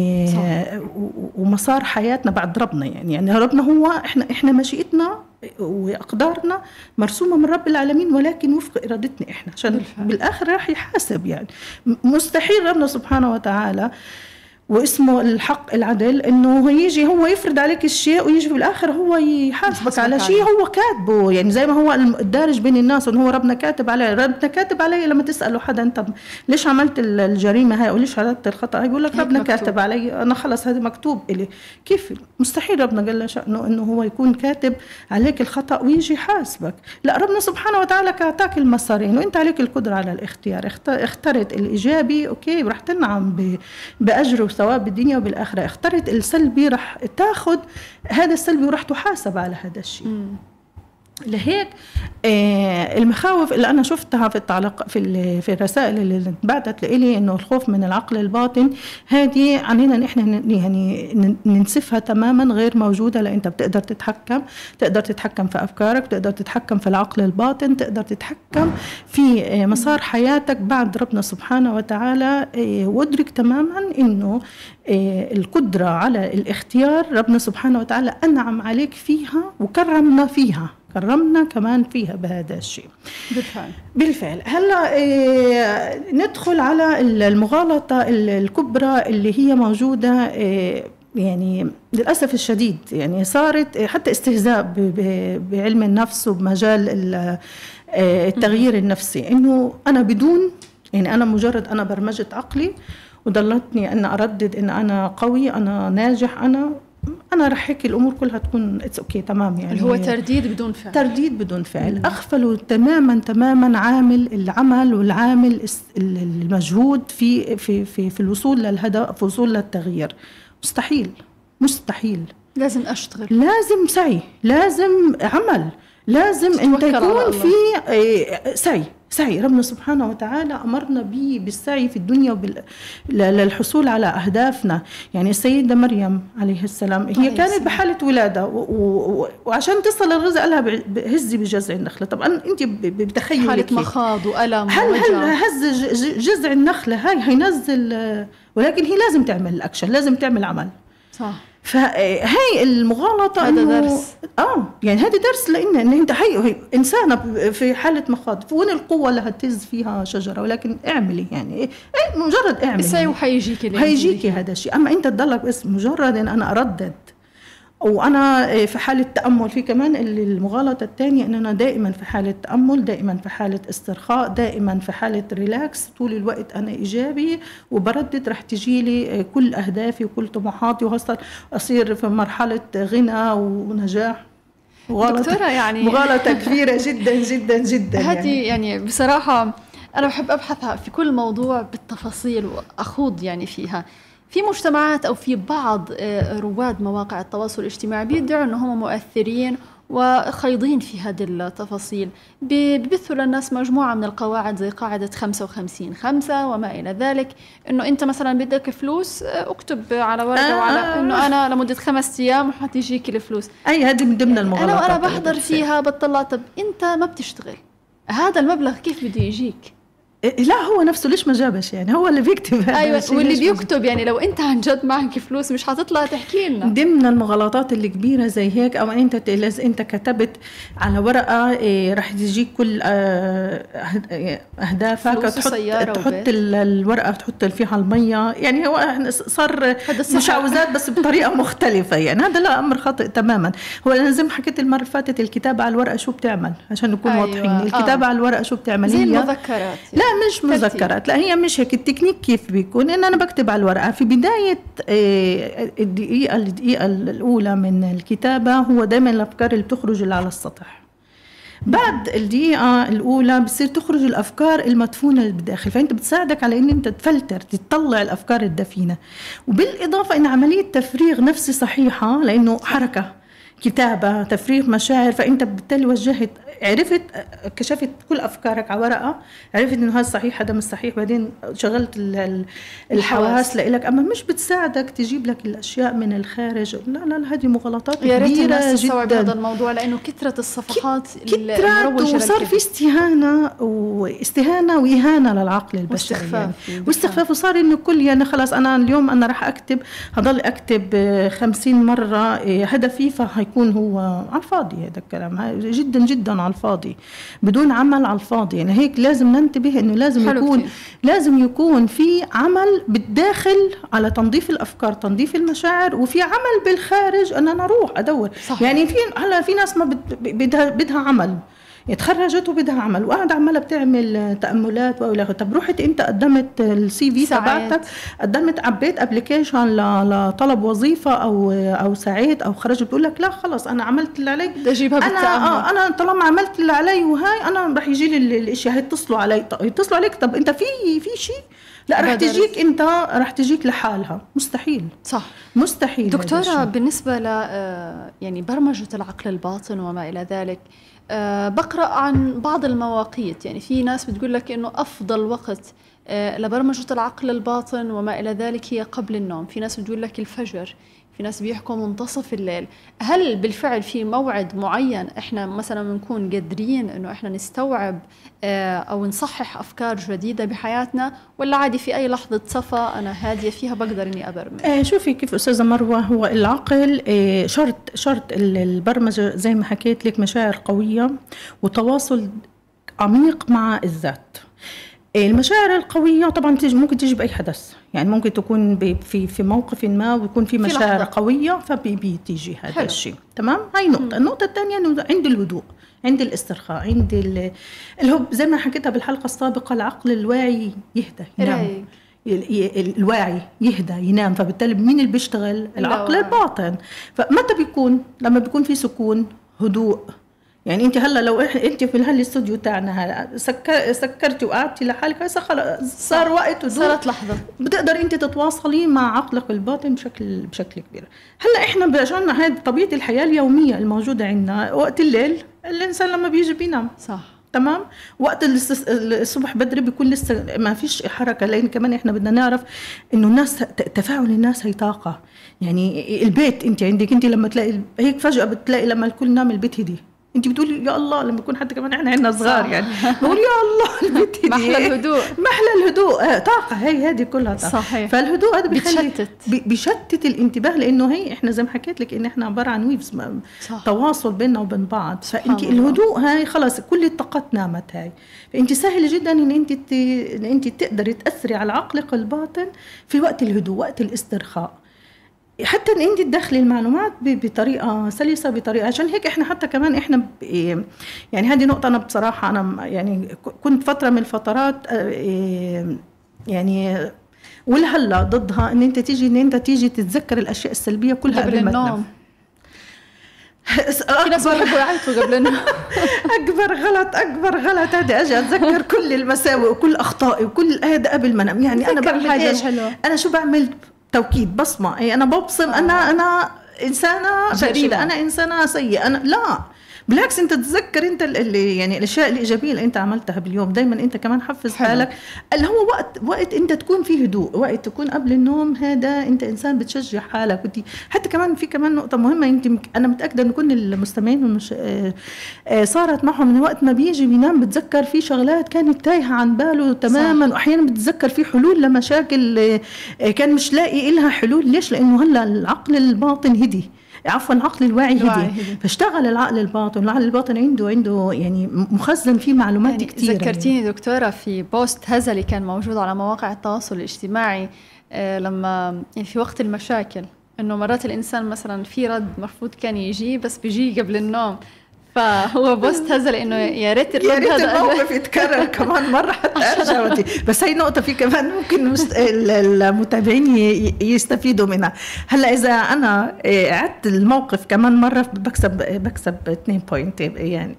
ومسار حياتنا بعد ربنا. يعني ربنا هو احنا مشيئتنا واقدارنا مرسومه من رب العالمين، ولكن وفق ارادتنا احنا، عشان بالاخر راح يحاسب. يعني مستحيل ربنا سبحانه وتعالى واسمه الحق العدل انه يجي هو يفرض عليك الشيء ويجي في الاخر هو يحاسبك على شيء هو كاتبه. يعني زي ما هو الدارج بين الناس انه هو ربنا كاتب علي لما تساله حدا انت ليش عملت الجريمه هاي او ليش عملت الخطا هاي، بيقول لك ربنا كاتب علي، انا خلص هذا مكتوب إلي. كيف؟ مستحيل ربنا قال له شأنه انه هو يكون كاتب عليك الخطا ويجي يحاسبك. لا، ربنا سبحانه وتعالى اعطاك المسارين وانت عليك القدره على الاختيار. اخترت الايجابي اوكي رح تنعم باجر ثواب الدنيا وبالآخرة. اخترت السلبي رح تاخد هذا السلبي ورح تحاسب على هذا الشيء. لهيك المخاوف اللي أنا شفتها في التعليق في الرسائل اللي انبعثت لإلي إنه الخوف من العقل الباطن، هذه علينا نحن يعني ننسفها تماما، غير موجودة. لأن أنت بتقدر تتحكم في أفكارك، تقدر تتحكم في العقل الباطن، تقدر تتحكم في مسار حياتك بعد ربنا سبحانه وتعالى. وادرك تماما إنه القدرة على الاختيار ربنا سبحانه وتعالى أنعم عليك فيها وكرمنا فيها، كرمنا كمان فيها بهذا الشيء. بالفعل. هلا ندخل على المغالطة الكبرى اللي هي موجودة يعني للأسف الشديد. يعني صارت حتى استهزاء بعلم النفس وبمجال التغيير النفسي، إنه أنا بدون يعني أنا مجرد أنا برمجت عقلي وضلتني أن أردد إن أنا قوي، أنا ناجح، أنا رح هيك الأمور كلها تكون أوكي تمام. يعني اللي هو ترديد بدون فعل. ترديد بدون فعل. أغفلوا تماما عامل العمل والعامل المجهود في الوصول للهدف، في الوصول للتغيير. مستحيل. لازم أشتغل، لازم سعي، لازم عمل، لازم أن يكون في سعي. ربنا سبحانه وتعالى أمرنا بالسعي في الدنيا للحصول على أهدافنا. يعني السيدة مريم عليه السلام هي كانت بحالة ولادة وعشان تصل للرزق قالها هزي بجذع النخلة. طبعا أنت بتخيلك حالة مخاض وألم هل هز جذع النخلة هاي هينزل، ولكن هي لازم تعمل الأكشن، لازم تعمل عمل. صح. فهي المغالطة هذا درس. يعني هذا درس لأن انت هي إنسانة في حالة مخاض، وين القوة اللي هتز فيها شجرة، ولكن اعملي يعني مجرد اعملي بس هيجيكي هذا الشيء. أما أنت تضلك بس مجرد إن أنا أردد، وأنا في حالة تأمل. في كمان المغالطة الثانية إن أنا دائما في حالة تأمل، دائما في حالة استرخاء، دائما في حالة ريلاكس، طول الوقت أنا إيجابي وبردد، رح تجيلي كل أهدافي وكل طموحاتي، وهصل أصير في مرحلة غنى ونجاح. دكتورة يعني مغالطة كبيرة جدا جدا جدا. هذه يعني بصراحة أنا بحب أبحثها في كل موضوع بالتفاصيل وأخوض يعني فيها. في مجتمعات أو في بعض رواد مواقع التواصل الاجتماعي بيدعوا أنهم مؤثرين وخيضين في هذه التفاصيل، بيبثوا للناس مجموعة من القواعد زي قاعدة 55-5 وما إلى ذلك. إنه أنت مثلا بدك فلوس، اكتب على ورقة وعلى إنه أنا لمدة 5 أيام حتيجيك الفلوس. هذه من ضمن المغالطات. أنا بحضر فيها بطلع، طب أنت ما بتشتغل، هذا المبلغ كيف بده يجيك؟ لا هو نفسه ليش ما جابش؟ يعني هو اللي بيكتب هذا. أيوة، واللي بيكتب يعني لو أنت عن جد معك فلوس مش هتطلع تحكي لنا. ضمن المغالطات اللي كبيرة زي هيك، أو أنت كتبت على ورقة رح تجيك كل أهدافك، تحط الورقة تحط فيها المية. يعني هو صار مشعوذات بس بطريقة مختلفة. يعني هذا لا، أمر خاطئ تماما. هو أنا زي ما حكيت المرة اللي فاتت، الكتابة على الورقة شو بتعمل عشان نكون واضحين. الكتابة على الورقة شو بتعمل؟ زي المذكرات. لا مش مذكرات، لا هي مش هيك. التكنيك كيف بيكون إن أنا بكتب على الورقة في بداية الدقيقة الأولى من الكتابة، هو دائما الأفكار اللي بتخرج اللي على السطح. بعد الدقيقة الأولى بتصير تخرج الأفكار المدفونة اللي بالداخل، فأنت بتساعدك على إن أنت تفلتر، تطلع الأفكار الدفينة. وبالإضافة إن عملية تفريغ نفسي صحيحة، لأنه حركة كتابة تفريغ مشاعر، فأنت بالتالي وجهت، عرفت، كشفت كل أفكارك على ورقة، عرفت إنه هذا صحيح هذا مش صحيح، بعدين شغلت الحواس لإلك. أما مش بتساعدك تجيب لك الأشياء من الخارج. لا هذه مغالطات كبيرة جدا. يا ريت الناس تستوعب هذا الموضوع، لأنه كثرة الصفحات المروجة، وصار في استهانة وإهانة للعقل البشري واستخفاف. وصار إنه كل يعني خلاص أنا اليوم أنا راح أكتب، هضل أكتب 50 مرة هدفي، فهيكون هو على الفاضي. هذا الكلام جدا جدا على الفاضي، بدون عمل على الفاضي. يعني هيك لازم ننتبه إنه لازم يكون في عمل بالداخل على تنظيف الأفكار، تنظيف المشاعر، وفي عمل بالخارج أن أنا أروح أدور. صح. يعني في ناس ما بدها عمل، اتخرجت وبدها عمل وقاعدة عمالة بتعمل تأملات وأولاها. طب روحت انت قدمت السي في تبعتك، قدمت عبيت ابليكيشن لطلب وظيفة او ساعات او خرجت، بتقول لك لا خلاص انا عملت اللي علي، انا طالما عملت اللي علي وهاي انا رح يجي لي الاشياء. هيتصلوا عليك، طب انت في شيء؟ لا رح تجيك، انت رح تجيك لحالها. مستحيل. صح، مستحيل. دكتورة بالنسبة ل يعني برمجة العقل الباطن وما إلى ذلك، بقرأ عن بعض المواقيت. يعني في ناس بتقول لك إنه أفضل وقت لبرمجة العقل الباطن وما إلى ذلك هي قبل النوم. في ناس بتقول لك الفجر، في ناس بيحكوا منتصف الليل. هل بالفعل في موعد معين إحنا مثلا بنكون قادرين إنه إحنا نستوعب أو نصحح أفكار جديدة بحياتنا، ولا عادي في أي لحظة صفا أنا هادية فيها بقدر إني أبرمج؟ شوفي كيف أستاذة مروة، هو العقل شرط البرمجة زي ما حكيت لك مشاعر قوية وتواصل عميق مع الذات. المشاعر القوية طبعا ممكن تيجي بأي حدث، يعني ممكن تكون في موقف ما ويكون في مشاعر قوية فبيتيجي هذا الشيء. تمام، هاي نقطة. النقطة الثانية إنه عند الهدوء، عند الاسترخاء، عند الهب، زي ما حكيتها بالحلقة السابقة، العقل الواعي يهدى، الواعي يهدى ينام، فبالتالي مين اللي بيشتغل؟ العقل الباطن. فمتى بيكون؟ لما بيكون في سكون، هدوء. يعني انت هلا لو انت في الاستوديو تاعنا سكرتي وقعدتي لحالك، هسه خلص صار وقت هدوء، صارت لحظه بتقدر انت تتواصلي مع عقلك الباطن بشكل كبير. هلا احنا بجانا هذه طبيعه الحياه اليوميه الموجوده عندنا. وقت الليل الانسان لما بيجي بينام، صح، تمام. وقت الصبح بدري بيكون لسه ما فيش حركه، لان كمان احنا بدنا نعرف انه الناس تفاعل الناس هي طاقه. يعني البيت انت عندك، انت لما تلاقي هيك فجاه بتلاقي لما الكل نام البيت هدي، انت بتقولي يا الله. لما يكون حتى كمان احنا عندنا صغار يعني بقول يا الله البيت هدي، محلى الهدوء، محلى الهدوء طاقه. هذه كلها طاقه. صحيح. فالهدوء هذا بيشتت الانتباه، لانه هي احنا زي ما حكيت لك ان احنا عباره عن ويفز، تواصل بيننا وبين بعض. فانت الهدوء هاي خلاص كل الطاقات نامت هاي، فانت سهل جدا ان انت تقدري تاثري على عقلك الباطن في وقت الهدوء، وقت الاسترخاء، حتى ان انت تدخلي المعلومات بطريقه سلسه، بطريقه. عشان هيك احنا حتى كمان احنا يعني هذه نقطه انا بصراحه انا يعني كنت فتره من الفترات يعني ولهلا ضدها، ان انت تيجي تتذكر الاشياء السلبيه كلها قبل ما تنام. في ناس بيحبوا يعيطوا قبل النوم. اكبر غلط هذا، اجي اتذكر كل المساوئ وكل اخطائي وكل هذا قبل ما انام. يعني انا بعمل ايش؟ انا شو بعمل؟ توكيد، بصمه. اي انا ببصم. انا انسانه فاشله، انا انسانه سيئه، انا لا بالعكس. انت تتذكر انت اللي يعني الاشياء الايجابيه اللي انت عملتها باليوم. دايما انت كمان حفز حالك اللي هو وقت انت تكون فيه هدوء، وقت تكون قبل النوم، هذا انت انسان بتشجع حالك. ودي حتى كمان في كمان نقطه مهمه، انت انا متاكده ان كل المستمعين صارت معهم من وقت ما بيجي بينام بتذكر في شغلات كانت تايهه عن باله تماما. واحيانا بتتذكر في حلول لمشاكل كان مش لاقي لها حلول. ليش؟ لانه هلا العقل الباطن هدي، عفوا العقل الواعي هدي، فاشتغل العقل الباطن. العقل الباطن عنده يعني مخزن فيه معلومات يعني كتير. ذكرتيني يعني دكتورة في بوست هزلي كان موجود على مواقع التواصل الاجتماعي لما يعني في وقت المشاكل، انه مرات الانسان مثلا في رد مفروض كان يجي بس بيجي قبل النوم، فهو بوست هزل انه يا ريت الموقف يتكرر كمان مره حتى ارجع. بس هي نقطه في كمان ممكن المتابعين يستفيدوا منها. هلا اذا انا عدت الموقف كمان مره بكسب 2 بوينت. يعني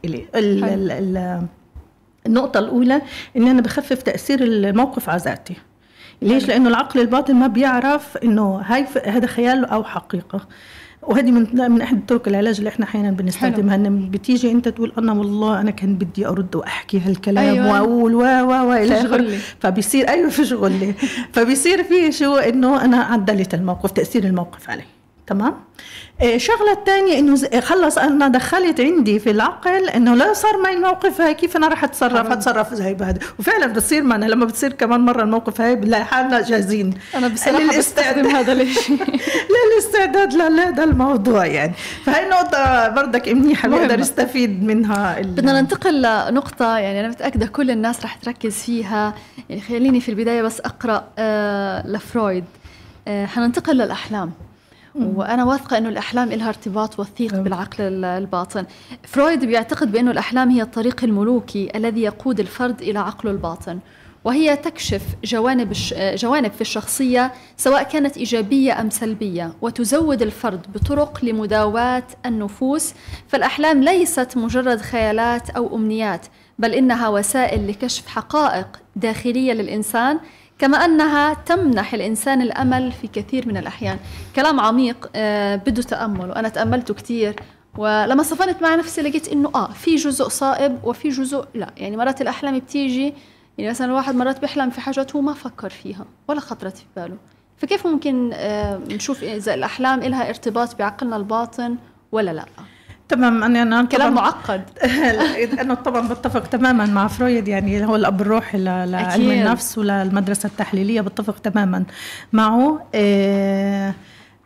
النقطه الاولى ان انا بخفف تاثير الموقف على ذاتي. ليش؟ لانه العقل الباطن ما بيعرف انه هذا خيال او حقيقه. وهذه من احد طرق العلاج اللي احنا احيانا بنستخدمها. ان بتيجي انت تقول انا والله انا كان بدي ارد واحكي هالكلام واقول الى اخره، فبيصير في شغلي فبيصير فيه شو انه انا عدلت الموقف، تاثير الموقف علي. تمام. شغله الثانيه انه خلص انا دخلت عندي في العقل انه لا صار معي الموقف هاي، كيف انا راح اتصرف زي بهذا. وفعلا بتصير معنا لما بتصير كمان مره الموقف هاي بنلاقي حالنا جاهزين. انا بصراحه بستخدم هذا الشيء للاستعداد لهذا الموضوع يعني. فهي نقطه برضك منيحه بقدر استفيد منها. بدنا ننتقل لنقطه يعني انا متاكده كل الناس راح تركز فيها. يعني خليني في البدايه بس اقرا لفرويد. حننتقل للاحلام، وأنا واثقة أنه الأحلام لها ارتباط وثيق بالعقل الباطن. فرويد بيعتقد بأنه الأحلام هي الطريق الملوكي الذي يقود الفرد إلى عقله الباطن، وهي تكشف جوانب في الشخصية سواء كانت إيجابية أم سلبية، وتزود الفرد بطرق لمداواة النفوس. فالأحلام ليست مجرد خيالات أو أمنيات، بل إنها وسائل لكشف حقائق داخلية للإنسان، كما أنها تمنح الإنسان الأمل في كثير من الأحيان. كلام عميق بده تأمل، وأنا تأملته كتير. ولما صفنت مع نفسي لقيت إنه في جزء صائب وفي جزء لا. يعني مرات الأحلام بتيجي، يعني مثلا الواحد مرات بيحلم في حاجات هو ما فكر فيها ولا خطرت في باله. فكيف ممكن نشوف إذا الأحلام لها ارتباط بعقلنا الباطن ولا لا؟ تمام. أنا كلام معقد. أنا طبعا بتفق تماما مع فرويد. يعني هو الأب الروحي لعلم النفس وللمدرسة التحليلية، بتفق تماما معه.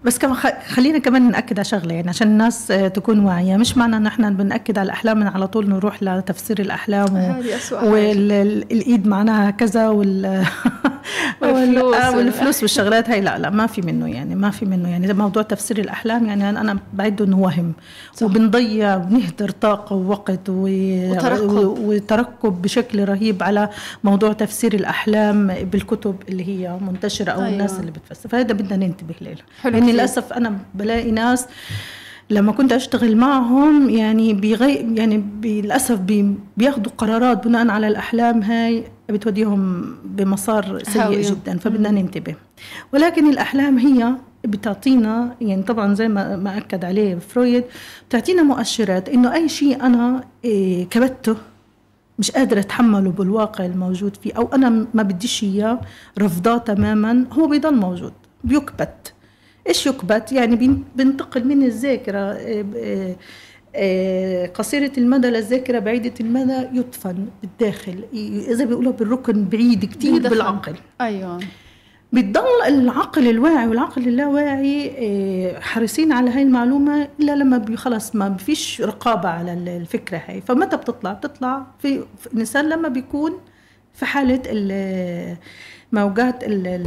بس كمان خلينا كمان نأكد على شغلة، يعني عشان الناس تكون واعية. مش معنى ان احنا بنأكد على الأحلام من على طول نروح لتفسير الأحلام والإيد معناها كذا والفلوس والشغلات هاي. لا ما في منه، يعني ما في منه. يعني ده موضوع تفسير الأحلام يعني أنا بعده إنه وهم، وبنضيع بنهدر طاقة ووقت وترقب بشكل رهيب على موضوع تفسير الأحلام بالكتب اللي هي منتشرة أو الناس اللي بتفسر. فهذا بدنا ننتبه له. يعني للأسف أنا بلاقي ناس لما كنت أشتغل معهم يعني للأسف بياخدوا قرارات بناء على الأحلام هاي بتوديهم بمسار سيء جدا. فبدنا ننتبه. ولكن الأحلام هي بتعطينا، يعني طبعا زي ما أكد عليه فرويد، بتعطينا مؤشرات إنه أي شيء أنا كبته مش قادرة أتحمله بالواقع الموجود فيه، أو أنا ما بديش إياه، رفضاه تماما، هو بيضل موجود، بيكبت. إيش يكبت؟ يعني بنتقل من الذاكرة قصيرة المدى للذاكرة بعيدة المدى، يدفن بالداخل، إذا بيقولوا بالركن بعيد كتير بالعقل. أيوة. بتضل العقل الواعي والعقل اللاواعي حريصين على هاي المعلومة إلا لما خلص ما بفيش رقابة على الفكرة هاي. فمتى بتطلع في الإنسان لما بيكون في حالة موجات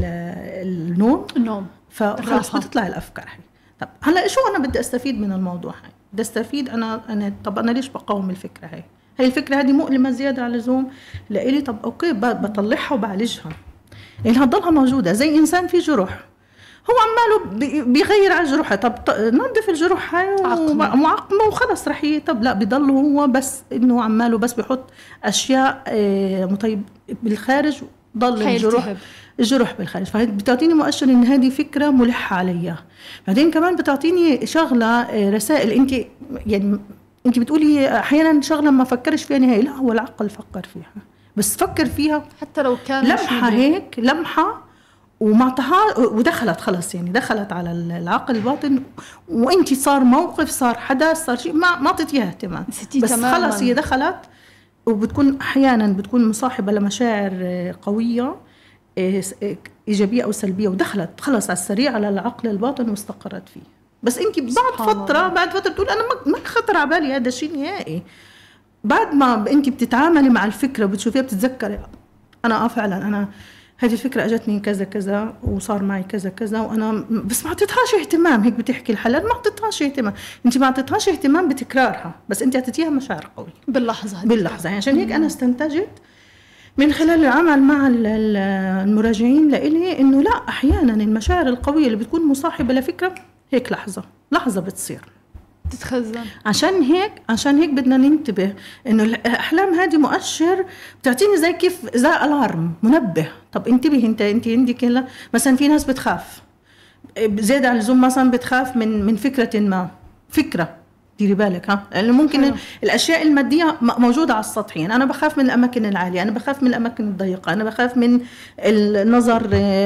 النوم فخلص بتطلع الأفكار هاي. طب هلا شو أنا بدي أستفيد من الموضوع هاي؟ بدي أستفيد طب أنا ليش بقاوم الفكرة هاي؟ هاي الفكرة هذه مؤلمة زيادة على اللزوم لإلي. طب أوكي بطلعها وبعالجها، يعني هتضلها موجودة. زي إنسان في جروح، هو عماله بيغير على جروحه. طب نظف الجروح هاي وعقمه وخلص رح طب لا، بيضل هو بس إنه عماله بس بيحط أشياء مطيب بالخارج، ضل الجروح بالخارج. فبتعطيني مؤشر إن هذه فكرة ملحة عليها. بعدين كمان بتعطيني شغلة رسائل. أنت بتقولي أحيانا شغلة ما فكرش فيها نهائي، لا هو العقل فكر فيها، بس فكر فيها حتى لو كان لمحة هيك، لمحة ومعطها ودخلت خلص، يعني دخلت على العقل الباطن، وانت صار موقف، صار حدث، صار شيء ما اعطيتيها اهتمام، بس تماماً. خلص هي دخلت. وبتكون احيانا بتكون مصاحبة لمشاعر قوية ايجابية او سلبية، ودخلت خلص على السريع على العقل الباطن واستقرت فيه. بس انت بعد فترة تقول انا ما خطر على بالي هذا شيء نهائي. بعد ما انت بتتعاملي مع الفكرة وبتشوفيها بتتذكري انا فعلا انا هذه الفكرة اجتني كذا كذا وصار معي كذا كذا، وانا بس ما اعطيتهاش اهتمام. هيك بتحكي الحلال، ما اعطيتهاش اهتمام. انت ما اعطيتهاش اهتمام بتكرارها، بس انت اعطيتيها مشاعر قوية باللحظة. يعني عشان هيك انا استنتجت من خلال العمل مع المراجعين لإلي انه لا، احيانا المشاعر القوية اللي بتكون مصاحبة لفكرة هيك لحظة بتصير تتخزن. عشان هيك بدنا ننتبه انه الاحلام هذه مؤشر، بتعطيني زي كيف زي الارم، منبه. طب انتبهي، انت عندك مثلا في ناس بتخاف زيادة عن اللزوم، مثلا بتخاف من فكرة ديري بالك لأنه ممكن الأشياء المادية موجودة على السطح. يعني أنا بخاف من الأماكن العالية، أنا بخاف من الأماكن الضيقة، أنا بخاف من النظر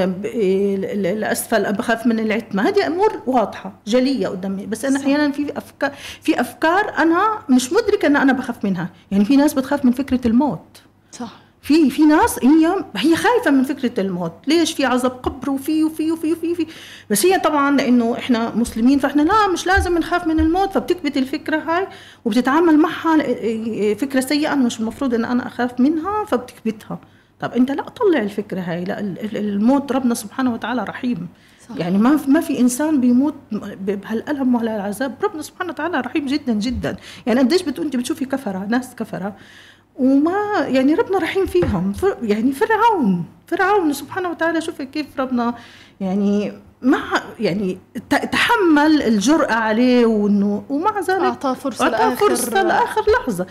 الأسفل، بخاف من العتمة. هذه أمور واضحة جلية قدامي، بس أنا أحيانا في أفكار أنا مش مدركة أن أنا بخاف منها. يعني في ناس بتخاف من فكرة الموت، صح. في ناس هي خايفة من فكرة الموت. ليش؟ في عذاب قبر وفي بس هي طبعا لأنه إحنا مسلمين، فإحنا لا، مش لازم نخاف من الموت. فبتكبت الفكرة هاي وبتتعامل معها فكرة سيئة، مش المفروض إن أنا أخاف منها، فبتكبتها. طب أنت لا، طلع الفكرة هاي، لا، الموت ربنا سبحانه وتعالى رحيم، صح. يعني ما في إنسان بيموت بهالألم ولا العذاب. ربنا سبحانه وتعالى رحيم جدا جدا. يعني قديش أنت بتشوفي ناس كفرة وما يعني ربنا رحيم فيهم. يعني فرعون سبحانه وتعالى، شوف كيف ربنا يعني يعني تحمل الجرأة عليه، ومع ذلك أعطاه فرصة لآخر لحظة.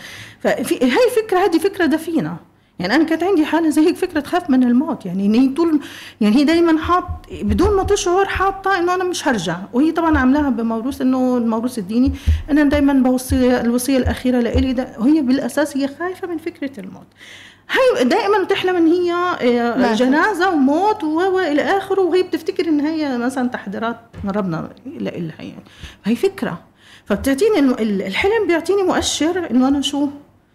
هذه فكرة دفينة. يعني أنا كانت عندي حالة زي هيك، فكرة تخاف من الموت. يعني هي دايما بدون ما تشعر حاطة إنه أنا مش هرجع. وهي طبعا عاملاها بموروث، إنه الموروث الديني، أنا دايما بوصي الوصية الأخيرة لإلي وهي بالأساس هي خايفة من فكرة الموت. هي دائما تحلم إن هي جنازة وموت وإلى آخره، وهي بتفتكر إن هي مثلا تحضيرات من ربنا لإلها. يعني هي فكرة. فبتعطيني الحلم بيعطيني مؤشر إنه أنا شو،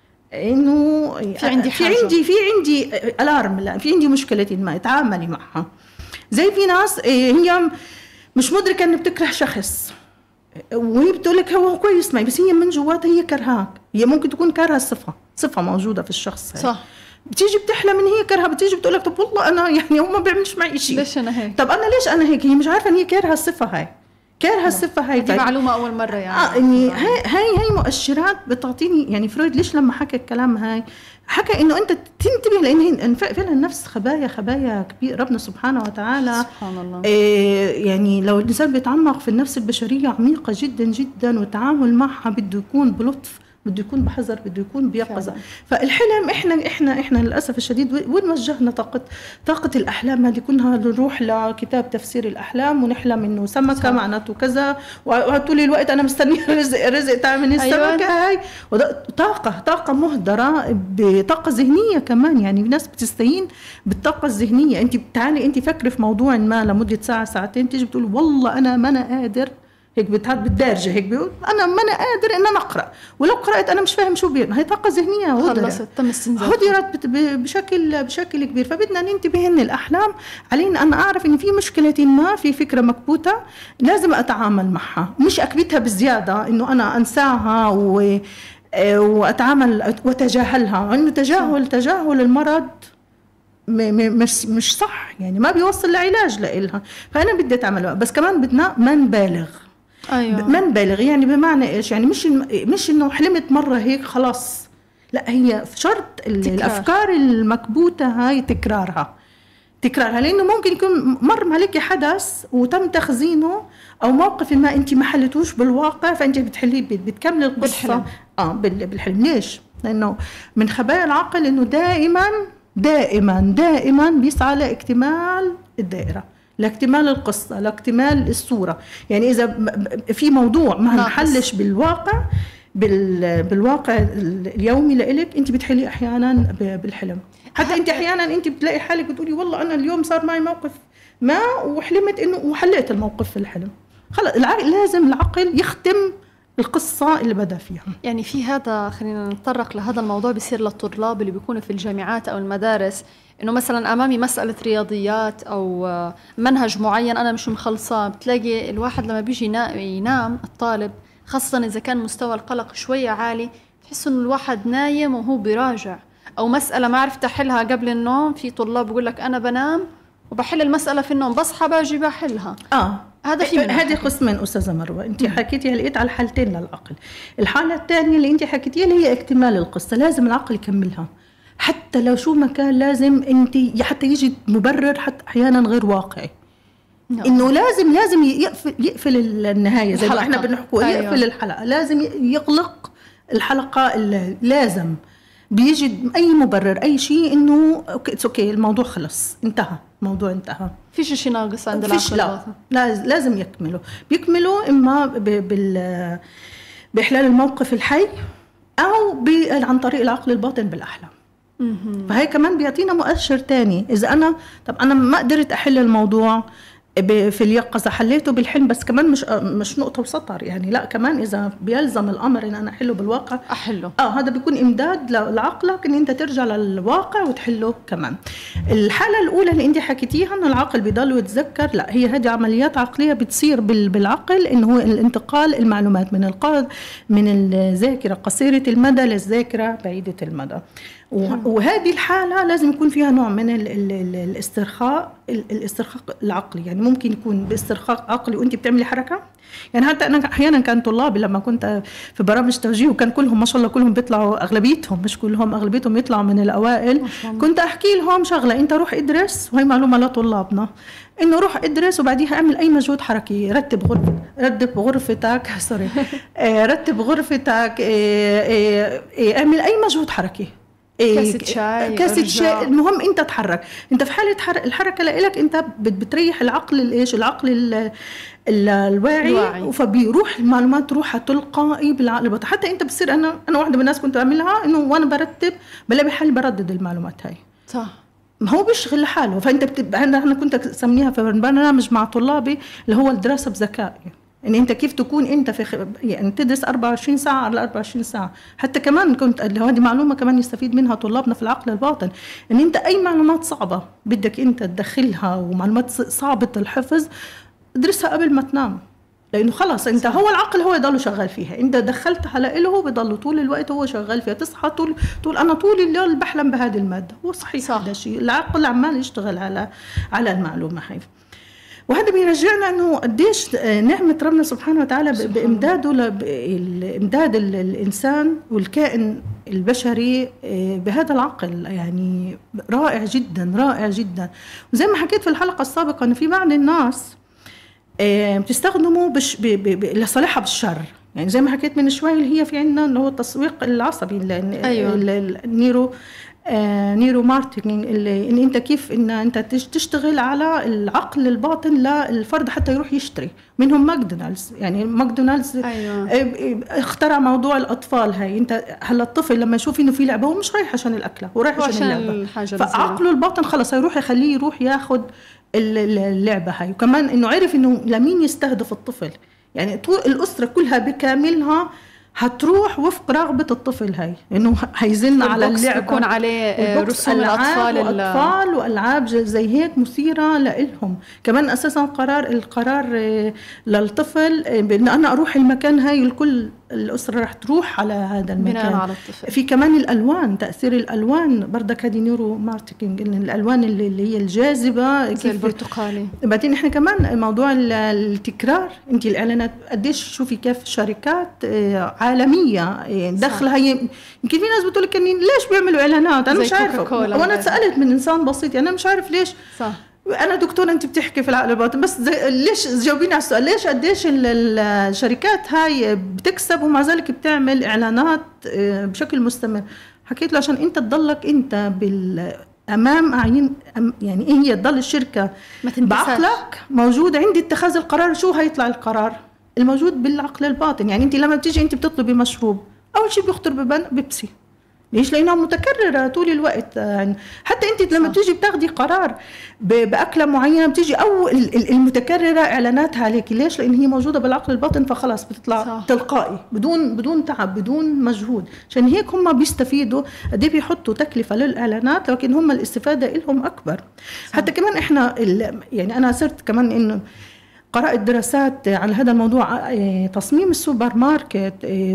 انه في عندي الارم، لا، في عندي مشكله ما اتعاملي معها. زي في ناس هي مش مدركة ان بتكره شخص، وهي بتقولك هو كويس معي، بس هي من جواتها هي كرهاك. هي ممكن تكون كارهة صفة موجودة في الشخص هاي. صح. بتيجي بتحلم ان هي كارهة، بتيجي بتقولك طب والله انا يعني هو ما بيعملش معي شيء، ليش انا هيك؟ طب انا ليش انا هيك؟ هي مش عارفة ان هي كارهة الصفة هاي، كارهة الصفة هاي. دي معلومة أول مرة يعني. يعني هاي مؤشرات بتعطيني. يعني فرويد ليش لما حكى الكلام هاي حكى إنه أنت تنتبه، لأن فعلا النفس خبايا كبير ربنا سبحانه وتعالى. سبحان الله. يعني لو الإنسان بيتعمق في النفس البشرية عميقة جدا جدا، والتعامل معها بده يكون بلطف، بده يكون بحذر، بده يكون بيقظة. فالحلم احنا للاسف الشديد وين وجهنا طاقة الاحلام هذه؟ كنا نروح لكتاب تفسير الاحلام ونحلم انه سمكة معناته كذا، وطول الوقت انا مستنيه الرزق تاع من السمكة هاي. طاقة مهدرة، بطاقة ذهنية كمان. يعني الناس بتستهين بالطاقة الذهنية. انت بتعالي انت فكري في موضوع ما لمدة ساعة ساعتين، تيجي بتقول والله انا ما انا قادر، هيك بالدارجة هيك بيقول أنا ما أنا قادر إن أنا أقرأ، ولو قرأت أنا مش فاهم شو بيه. هي طاقة ذهنية خلصت، تم استنزافها، هدرت بشكل كبير. فبدنا ننتبه إن الأحلام علينا أن أعرف إن في مشكلة ما، في فكرة مكبوتة لازم أتعامل معها، مش أكبتها بزيادة إنه أنا أنساها وأتعامل وتجاهلها. إنه تجاهل المرض مش صح، يعني ما بيوصل لعلاج لإلها. فأنا بدي أتعامل، بس كمان بدنا ما نبالغ. أيوة. ما نبالغ يعني بمعنى إيش؟ يعني مش إنه حلمت مرة هيك خلاص، لا، هي شرط الأفكار المكبوتة هاي تكرارها، لأنه ممكن يكون مر عليك حدث وتم تخزينه، أو موقف ما أنت ما حلتوش بالواقع، فأنت بتحليه بتكمل القصة بالحلم. ليش؟ لأنه من خبايا العقل إنه دائما بيسعى لاكتمال الدائرة، لاكتمال القصة، لاكتمال الصورة. يعني إذا في موضوع ما نحلش بالواقع اليومي لإلك، أنت بتحلي أحيانا بالحلم. حتى أنت أحيانا أنت بتلاقي حالك بتقولي والله أنا اليوم صار معي موقف ما وحلمت إنه وحليت الموقف في الحلم. خلاص لازم العقل يختم القصة اللي بدأ فيها. يعني في هذا، خلينا نتطرق لهذا الموضوع، بيصير للطلاب اللي بيكونوا في الجامعات أو المدارس، إنه مثلا أمامي مسألة رياضيات أو منهج معين أنا مش مخلصاه. بتلاقي الواحد لما بيجي ينام الطالب، خاصة إذا كان مستوى القلق شوية عالي، تحس إنه الواحد نايم وهو بيراجع، أو مسألة ما عرفت أحلها قبل النوم. في طلاب بيقول لك أنا بنام وبحل المسألة في النوم، بصحى باجي بحلها. هذه قسم من أستاذة مروة. أنت حكيتي لقيت على الحالتين للعقل. الحالة الثانية اللي أنت حكيتيها اللي هي اكتمال القصة، لازم العقل يكملها حتى لو شو ما كان. لازم أنت حتى يجي مبرر حتى أحيانا غير واقعي، إنه لازم يقفل النهاية زي ما إحنا بنحكوا. أيوة. يقفل الحلقة، لازم يغلق الحلقة. لازم بيجي أي مبرر أي شيء إنه أوكي الموضوع خلص انتهى، الموضوع انتهى، فيش شيء ناقص عند العقل. لازم بيكملوا إما بإحلال الموقف الحي أو عن طريق العقل الباطن بالأحلام. فهي كمان بيعطينا مؤشر تاني. إذا أنا ما قدرت أحل الموضوع في اليقظة، حليته بالحلم، بس كمان مش نقطة وسطر يعني، لا، كمان إذا بيلزم الأمر إن أنا أحله بالواقع أحله. هذا بيكون إمداد لعقلك إن أنت ترجع للواقع وتحله كمان. الحالة الأولى اللي أنت حكيتيها إنه العقل بيضل يتذكر، لا، هي هذه عمليات عقلية بتصير بالعقل، إنه هو الانتقال المعلومات من الذاكرة قصيرة المدى للذاكرة بعيدة المدى. وهذه الحالة لازم يكون فيها نوع من الاسترخاء العقلي. يعني ممكن يكون باسترخاء عقلي وانت بتعملي حركة. يعني حتى أنا أحيانا كان طلابي لما كنت في برامج توجيه، وكان كلهم ما شاء الله كلهم بيطلعوا، أغلبيتهم مش كلهم، أغلبيتهم يطلعوا من الأوائل، كنت أحكي لهم شغلة: أنت روح ادرس، وهي معلومة لطلابنا، إنه روح ادرس وبعديها اعمل أي مجهود حركي، رتب غرفتك رتب غرفتك، اعمل أي مجهود حركي، كاسة شاي، المهم انت تحرك. انت في حالة الحركة لإلك انت بتريح العقل العقل الواعي، فبيروح المعلومات تروح تلقائي بالعقل الباطن. حتى انت بتصير، انا واحدة من الناس كنت اعملها، انه وانا برتب بلاقي حالي بردد المعلومات هاي. صح، ما هو بيشغل حاله. فانت انا كنت اسميها في برنامج مع طلابي اللي هو الدراسة بذكاء، ان انت كيف تكون انت يعني تدرس 24 ساعه على 24 ساعه. حتى كمان كنت هذه معلومه كمان يستفيد منها طلابنا في العقل الباطن، ان انت اي معلومات صعبه بدك انت تدخلها، ومعلومات صعبه الحفظ، ادرسها قبل ما تنام، لأنه خلاص أنت هو العقل هو يضل شغال فيها، أنت دخلتها له هو بيضل طول الوقت هو شغال فيها. تصحى طول أنا طول الليل بحلم بهذه المادة، هو صحيح هذا الشيء، العقل عمال يشتغل على المعلومة هاي. وهذا بيرجعنا أنه قديش نعمة ربنا سبحانه وتعالى بإمداده إمداد الإنسان والكائن البشري بهذا العقل، يعني رائع جدا رائع جدا. وزي ما حكيت في الحلقة السابقة أنه في بعض الناس بتستخدمه لصالحها بالشر، يعني زي ما حكيت من شوي اللي هي في عندنا اللي هو التسويق العصبي، نيرو ماركتينج، اللي ان انت كيف ان انت تشتغل على العقل الباطن للفرد حتى يروح يشتري منهم. ماكدونالدز، يعني ماكدونالدز اخترع موضوع الاطفال هاي. انت هلا الطفل لما يشوف انه في لعبه هو مش رايح عشان الاكله، هو رايح عشان اللعبه، فعقله الباطن خلص يخليه يروح ياخذ اللعبه هاي. وكمان انه عرف انه لمين يستهدف الطفل، يعني طول الاسره كلها بكاملها هتروح وفق رغبة الطفل هاي، إنه هيزلنا على اللعبة يكون عليه رسوم الأطفال وألعاب زي هيك مثيرة لإلهم. كمان أساسا القرار للطفل بأن أنا أروح المكان هاي، الكل الأسرة رح تروح على هذا المكان على الطفل. في كمان الألوان، تأثير الألوان برضك هذه نيورو ماركتينج، إن الألوان اللي هي الجاذبة زي البرتقالي. بعدين إحنا كمان موضوع التكرار، أنت الإعلانات قديش شوفي كيف شركات عالمية دخلها. يمكن في ناس بتقول لك ليش بيعملوا إعلانات، أنا مش عارفة، وأنا سألت من إنسان بسيط يعني أنا مش عارف ليش. صح. أنا دكتورة أنت بتحكي في العقل الباطن، بس ليش جاوبيني على السؤال، ليش قديش الشركات هاي بتكسب ومع ذلك بتعمل إعلانات بشكل مستمر؟ حكيت له عشان أنت تضلك أنت أمام أعين، يعني إيه هي تضل الشركة بعقلك موجود عند اتخاذ القرار. شو هيطلع القرار الموجود بالعقل الباطن؟ يعني أنت لما بتيجي أنت بتطلبي مشروب، أول شيء بيخطر ببالك بيبسي، ليش؟ لأنها متكررة طول الوقت. يعني حتى أنت لما بتيجي بتاخدي قرار بأكلة معينة بتيجي أو المتكررة إعلاناتها عليك، ليش؟ لأن هي موجودة بالعقل الباطن، فخلاص بتطلع صح. تلقائي بدون تعب بدون مجهود. عشان هيك هم بيستفيدوا قد بيحطوا تكلفة للإعلانات، لكن هم الاستفادة لهم أكبر صح. حتى كمان إحنا يعني أنا صرت كمان إنه قرأت دراسات على هذا الموضوع، تصميم السوبر ماركت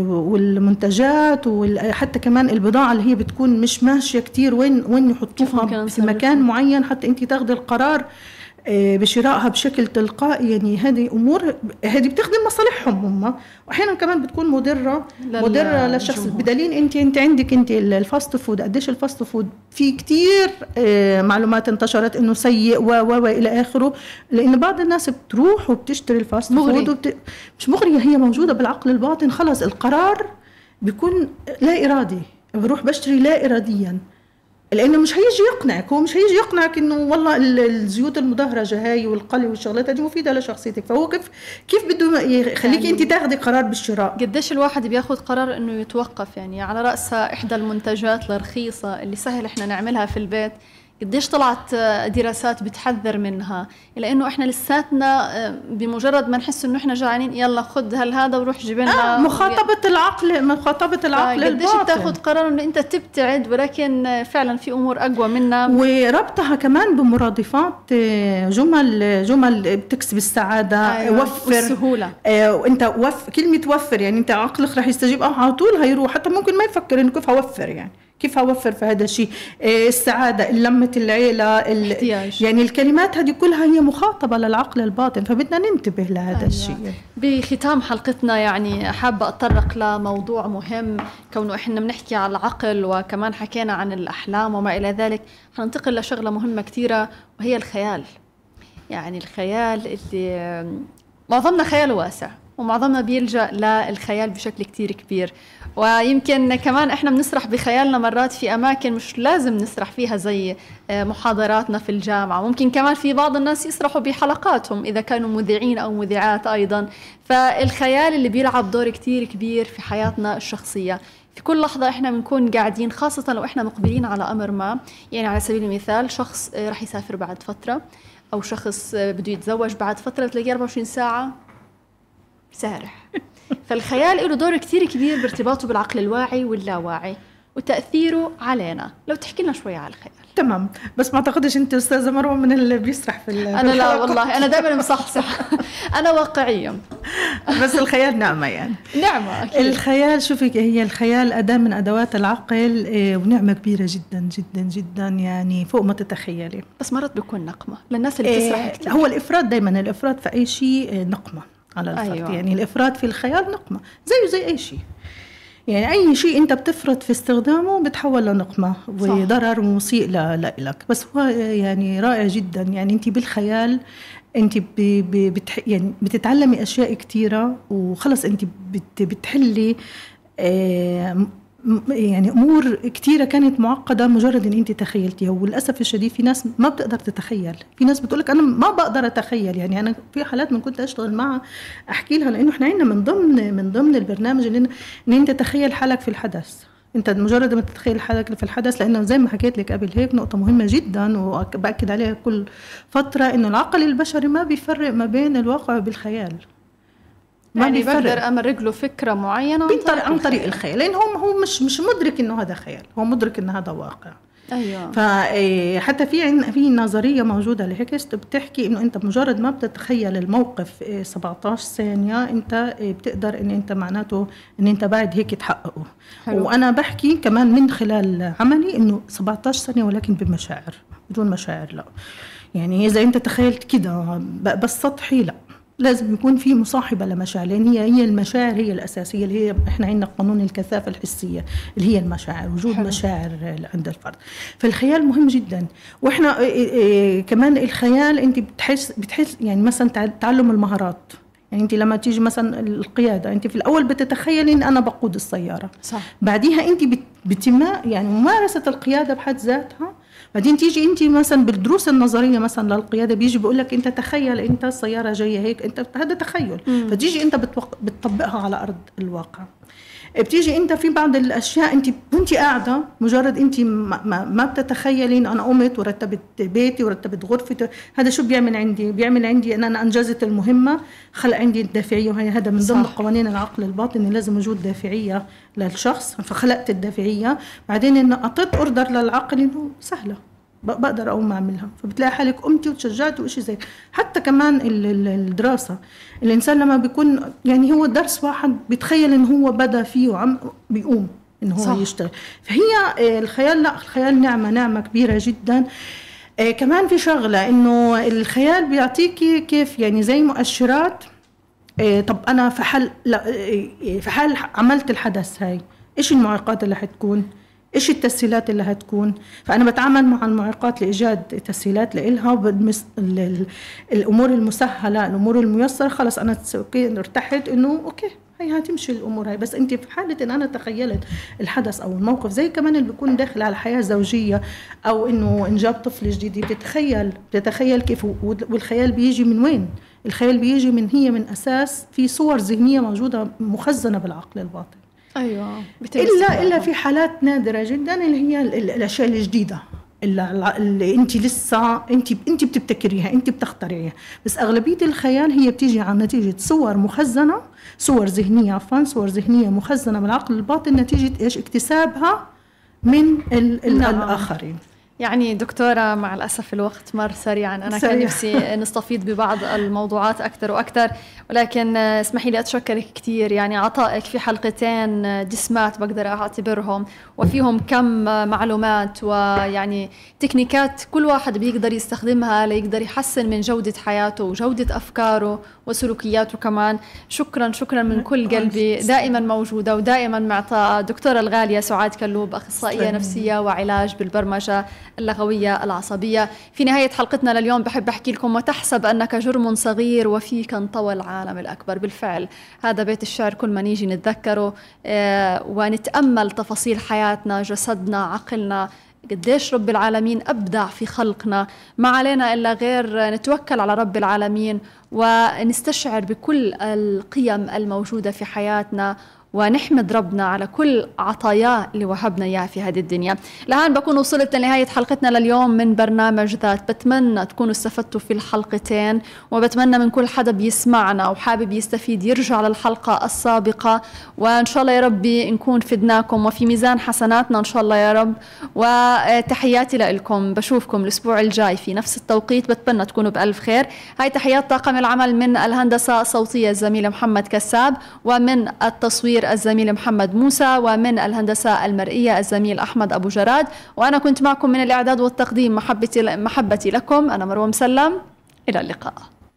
والمنتجات وحتى كمان البضاعة اللي هي بتكون مش ماشية كتير، وين يحطوها في مكان معين حتى انت تاخدي القرار بشرائها بشكل تلقائي. يعني هذه أمور هذه بتخدم مصالحهم هم، وأحيانا كمان بتكون مضرة للشخص. بدليل انت عندك انت الفاست فود، قديش الفاست فود في كتير معلومات انتشرت انه سيء والى اخره، لان بعض الناس بتروح وبتشتري الفاست فود مش مغرية، هي موجودة بالعقل الباطن، خلاص القرار بيكون لا إرادي، بروح بشتري لا إراديا، لأنه مش هيجي يقنعك، هو مش هيجي يقنعك إنه والله الزيوت المدهرجة هاي والقلي والشغلات هذه مفيدة لشخصيتك، فهو كيف بده يخليك يعني أنت تاخدي قرار بالشراء. قديش الواحد بياخد قرار إنه يتوقف، يعني على رأسها إحدى المنتجات الرخيصة اللي سهل إحنا نعملها في البيت، قديش طلعت دراسات بتحذر منها، لأنه إحنا لساتنا بمجرد ما نحس إنه إحنا جعانين يلا خد هذا وروح جيب لنا. مخاطبة العقل قديش بتاخد قرار إنه أنت تبتعد، ولكن فعلا في أمور أقوى منها، وربطها كمان بمرادفات جمل بتكسب السعادة. وفر والسهولة. وأنت كلمة وفر، يعني أنت عقلك رح يستجيب على طول هيروح، حتى ممكن ما يفكر إنه كيف هوفر، يعني كيف هوفر في هذا الشيء. السعادة، لمة العيلة، يعني الكلمات هذه كلها هي مخاطبة للعقل الباطن، فبدنا ننتبه لهذا الشيء. بختام حلقتنا يعني حابة أتطرق لموضوع مهم، كونه إحنا بنحكي عن العقل وكمان حكينا عن الأحلام وما إلى ذلك، حننتقل لشغلة مهمة كتيرة وهي الخيال. يعني الخيال اللي معظمنا خيال واسع ومعظمنا بيلجأ للخيال بشكل كتير كبير، ويمكن كمان احنا بنسرح بخيالنا مرات في أماكن مش لازم نسرح فيها زي محاضراتنا في الجامعة. ممكن كمان في بعض الناس يسرحوا بحلقاتهم إذا كانوا مذيعين أو مذيعات أيضا. فالخيال اللي بيلعب دور كتير كبير في حياتنا الشخصية. في كل لحظة احنا بنكون قاعدين، خاصة لو احنا مقبلين على أمر ما، يعني على سبيل المثال شخص رح يسافر بعد فترة، أو شخص بده يتزوج بعد فترة، تلاقيه 24 ساعة سارح. فالخيال له دور كتير كبير بارتباطه بالعقل الواعي واللاواعي وتأثيره علينا. لو تحكي لنا شوية على الخيال. تمام. بس ما اعتقدش انت استاذه مروه من اللي بيسرح في انا لا والله، انا دائما مصحصح. انا واقعيه. بس الخيال نعمه يعني. نعمه أكيد. الخيال شوفي، هي الخيال اداه من ادوات العقل، ونعمه كبيره جدا جدا جدا يعني فوق ما تتخيلي. بس مرات بيكون نقمه للناس اللي بتسرح كتير. هو الافراط دائما، الافراط في اي شيء نقمه على الفرد. أيوة. يعني الافراط في الخيال نقمه زي اي شيء. يعني أي شيء أنت بتفرط في استخدامه بتحول لنقمة وضرر ومسيء لك. بس هو يعني رائع جدا. يعني أنت بالخيال أنت يعني بتتعلمي أشياء كتيرة، وخلص أنت بتحلي يعني أمور كتيرة كانت معقدة مجرد أن أنت تخيلتيها. وللأسف الشديد في ناس ما بتقدر تتخيل، في ناس بتقولك أنا ما بقدر أتخيل. يعني أنا في حالات من كنت أشتغل معها أحكي لها، لأنه إحنا عندنا من ضمن البرنامج أن أنت تتخيل حالك في الحدث. أنت مجرد ما تتخيل حالك في الحدث، لأنه زي ما حكيت لك قبل هيك نقطة مهمة جدا وبأكد عليها كل فترة، إنه العقل البشري ما بيفرق ما بين الواقع والخيال. يعني بقدر أمرق له فكرة معينة عن طريق الخيال، لأن هو مش مدرك إنه هذا خيال، هو مدرك إنه هذا واقع. أيوة. فحتى في نظرية موجودة لهيكست بتحكي إنه أنت مجرد ما بتتخيل الموقف 17 ثانية أنت بتقدر إن أنت معناته إن أنت بعد هيك تحققه. حلو. وأنا بحكي كمان من خلال عملي إنه 17 ثانية ولكن بمشاعر، بدون مشاعر لا. يعني إذا أنت تخيلت كده بس سطحي لا، لازم يكون في مصاحبة لمشاعر، لأن هي المشاعر هي الأساسية، اللي هي إحنا عندنا قانون الكثافة الحسية اللي هي المشاعر، وجود حلو. مشاعر عند الفرد. فالخيال مهم جدا. وإحنا كمان الخيال أنت بتحس يعني مثلا تعلم المهارات. يعني أنت لما تيجي مثلا القيادة، أنت في الأول بتتخيلي إن أنا بقود السيارة، صح. بعديها أنت يعني ممارسة القيادة بحد ذاتها. بعدين تيجي انت مثلا بالدروس النظريه مثلا للقياده بيجي بيقول لك انت تخيل انت السياره جايه هيك، انت هذا تخيل. فتيجي انت بتطبقها على ارض الواقع. بتيجي انت في بعض الاشياء انت قاعده مجرد انت ما بتتخيلي ان انا قمت ورتبت بيتي ورتبت غرفتي، هذا شو بيعمل عندي ان انا انجزت المهمه، خلق عندي الدافعيه. وهي هذا من ضمن قوانين العقل الباطني، لازم وجود دافعيه للشخص. فخلقت الدافعيه، بعدين ان اعطيت اوردر للعقل انه سهله بقدر أقوم أعملها. فبتلاقي حالك قمتي وتشجعتي وإشي زي. حتى كمان الدراسة، الإنسان لما بيكون يعني هو درس واحد بيتخيل إنه هو بدأ فيه وعم بيقوم إنه هو يشتغل. فهي الخيال لا، الخيال نعمة كبيرة جدا. كمان في شغلة إنه الخيال بيعطيكي كيف يعني زي مؤشرات. طب أنا في حال عملت الحدث هاي إيش المعوقات اللي حتكون، إيش التسهيلات اللي هتكون. فأنا بتعامل مع المعوقات لإيجاد تسهيلات لإلها، الأمور المسهلة الأمور الميسرة خلاص أنا ارتحت إنه أوكي هي هتمشي الأمور هاي. بس أنت في حالة إن أنا تخيلت الحدث أو الموقف، زي كمان اللي بيكون داخل على حياة زوجية أو إنه إنجاب طفل جديد، بتتخيل كيف. والخيال بيجي من وين؟ الخيال بيجي من أساس في صور ذهنية موجودة مخزنة بالعقل الباطن. أيوة. إلا في حالات نادرة جدا اللي هي الأشياء الجديدة اللي أنت لسه أنت بتبتكريها، أنت بتخترعيها. بس أغلبية الخيال هي بتيجي عن نتيجة صور مخزنة، صور ذهنية مخزنة بالعقل الباطن نتيجة إيش؟ اكتسابها من الآخرين. يعني دكتورة مع الأسف الوقت مر سريعا، أنا كان نفسي نستفيد ببعض الموضوعات أكثر وأكثر، ولكن اسمحي لي أتشكرك كثير. يعني عطائك في حلقتين جسمات بقدر أعتبرهم، وفيهم كم معلومات ويعني تكنيكات كل واحد بيقدر يستخدمها ليقدر يحسن من جودة حياته وجودة أفكاره وسلوكياته كمان. شكرا من كل قلبي، دائما موجودة ودائما معطاءة. دكتورة الغالية سعاد كلوب، أخصائية نفسية وعلاج بالبرمجة اللغوية العصبية. في نهاية حلقتنا لليوم بحب أحكي لكم: وتحسب أنك جرم صغير وفيك انطوى العالم الأكبر. بالفعل هذا بيت الشعر كل ما نيجي نتذكره ونتأمل تفاصيل حياتنا، جسدنا، عقلنا، قديش رب العالمين أبدع في خلقنا. ما علينا إلا غير نتوكل على رب العالمين ونستشعر بكل القيم الموجودة في حياتنا ونحمد ربنا على كل عطاياه اللي وهبنا إياه في هذه الدنيا. لهان بكون وصلت لنهاية حلقتنا لليوم من برنامج ذات. بتمنى تكونوا استفدتوا في الحلقتين، وبتمنى من كل حدا بيسمعنا وحابب يستفيد يرجع للحلقة السابقة، وإن شاء الله يا ربي نكون فدناكم وفي ميزان حسناتنا إن شاء الله يا رب. وتحياتي لكم، بشوفكم الأسبوع الجاي في نفس التوقيت، بتمنى تكونوا بألف خير. هاي تحيات طاقم العمل من الهندسة الصوتية الزميل محمد كساب، ومن التصوير الزميل محمد موسى، ومن الهندسة المرئية الزميل أحمد أبو جراد، وأنا كنت معكم من الإعداد والتقديم محبتي لكم، أنا مروة مسلم. إلى اللقاء.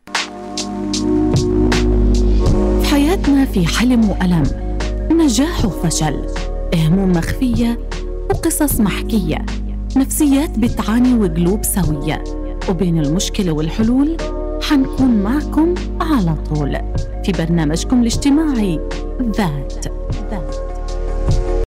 في حياتنا في حلم وألم، نجاح وفشل، هموم مخفية وقصص محكية، نفسيات بتعاني وقلوب سوية، وبين المشكلة والحلول حنكون معكم على طول في برنامجكم الاجتماعي ذات.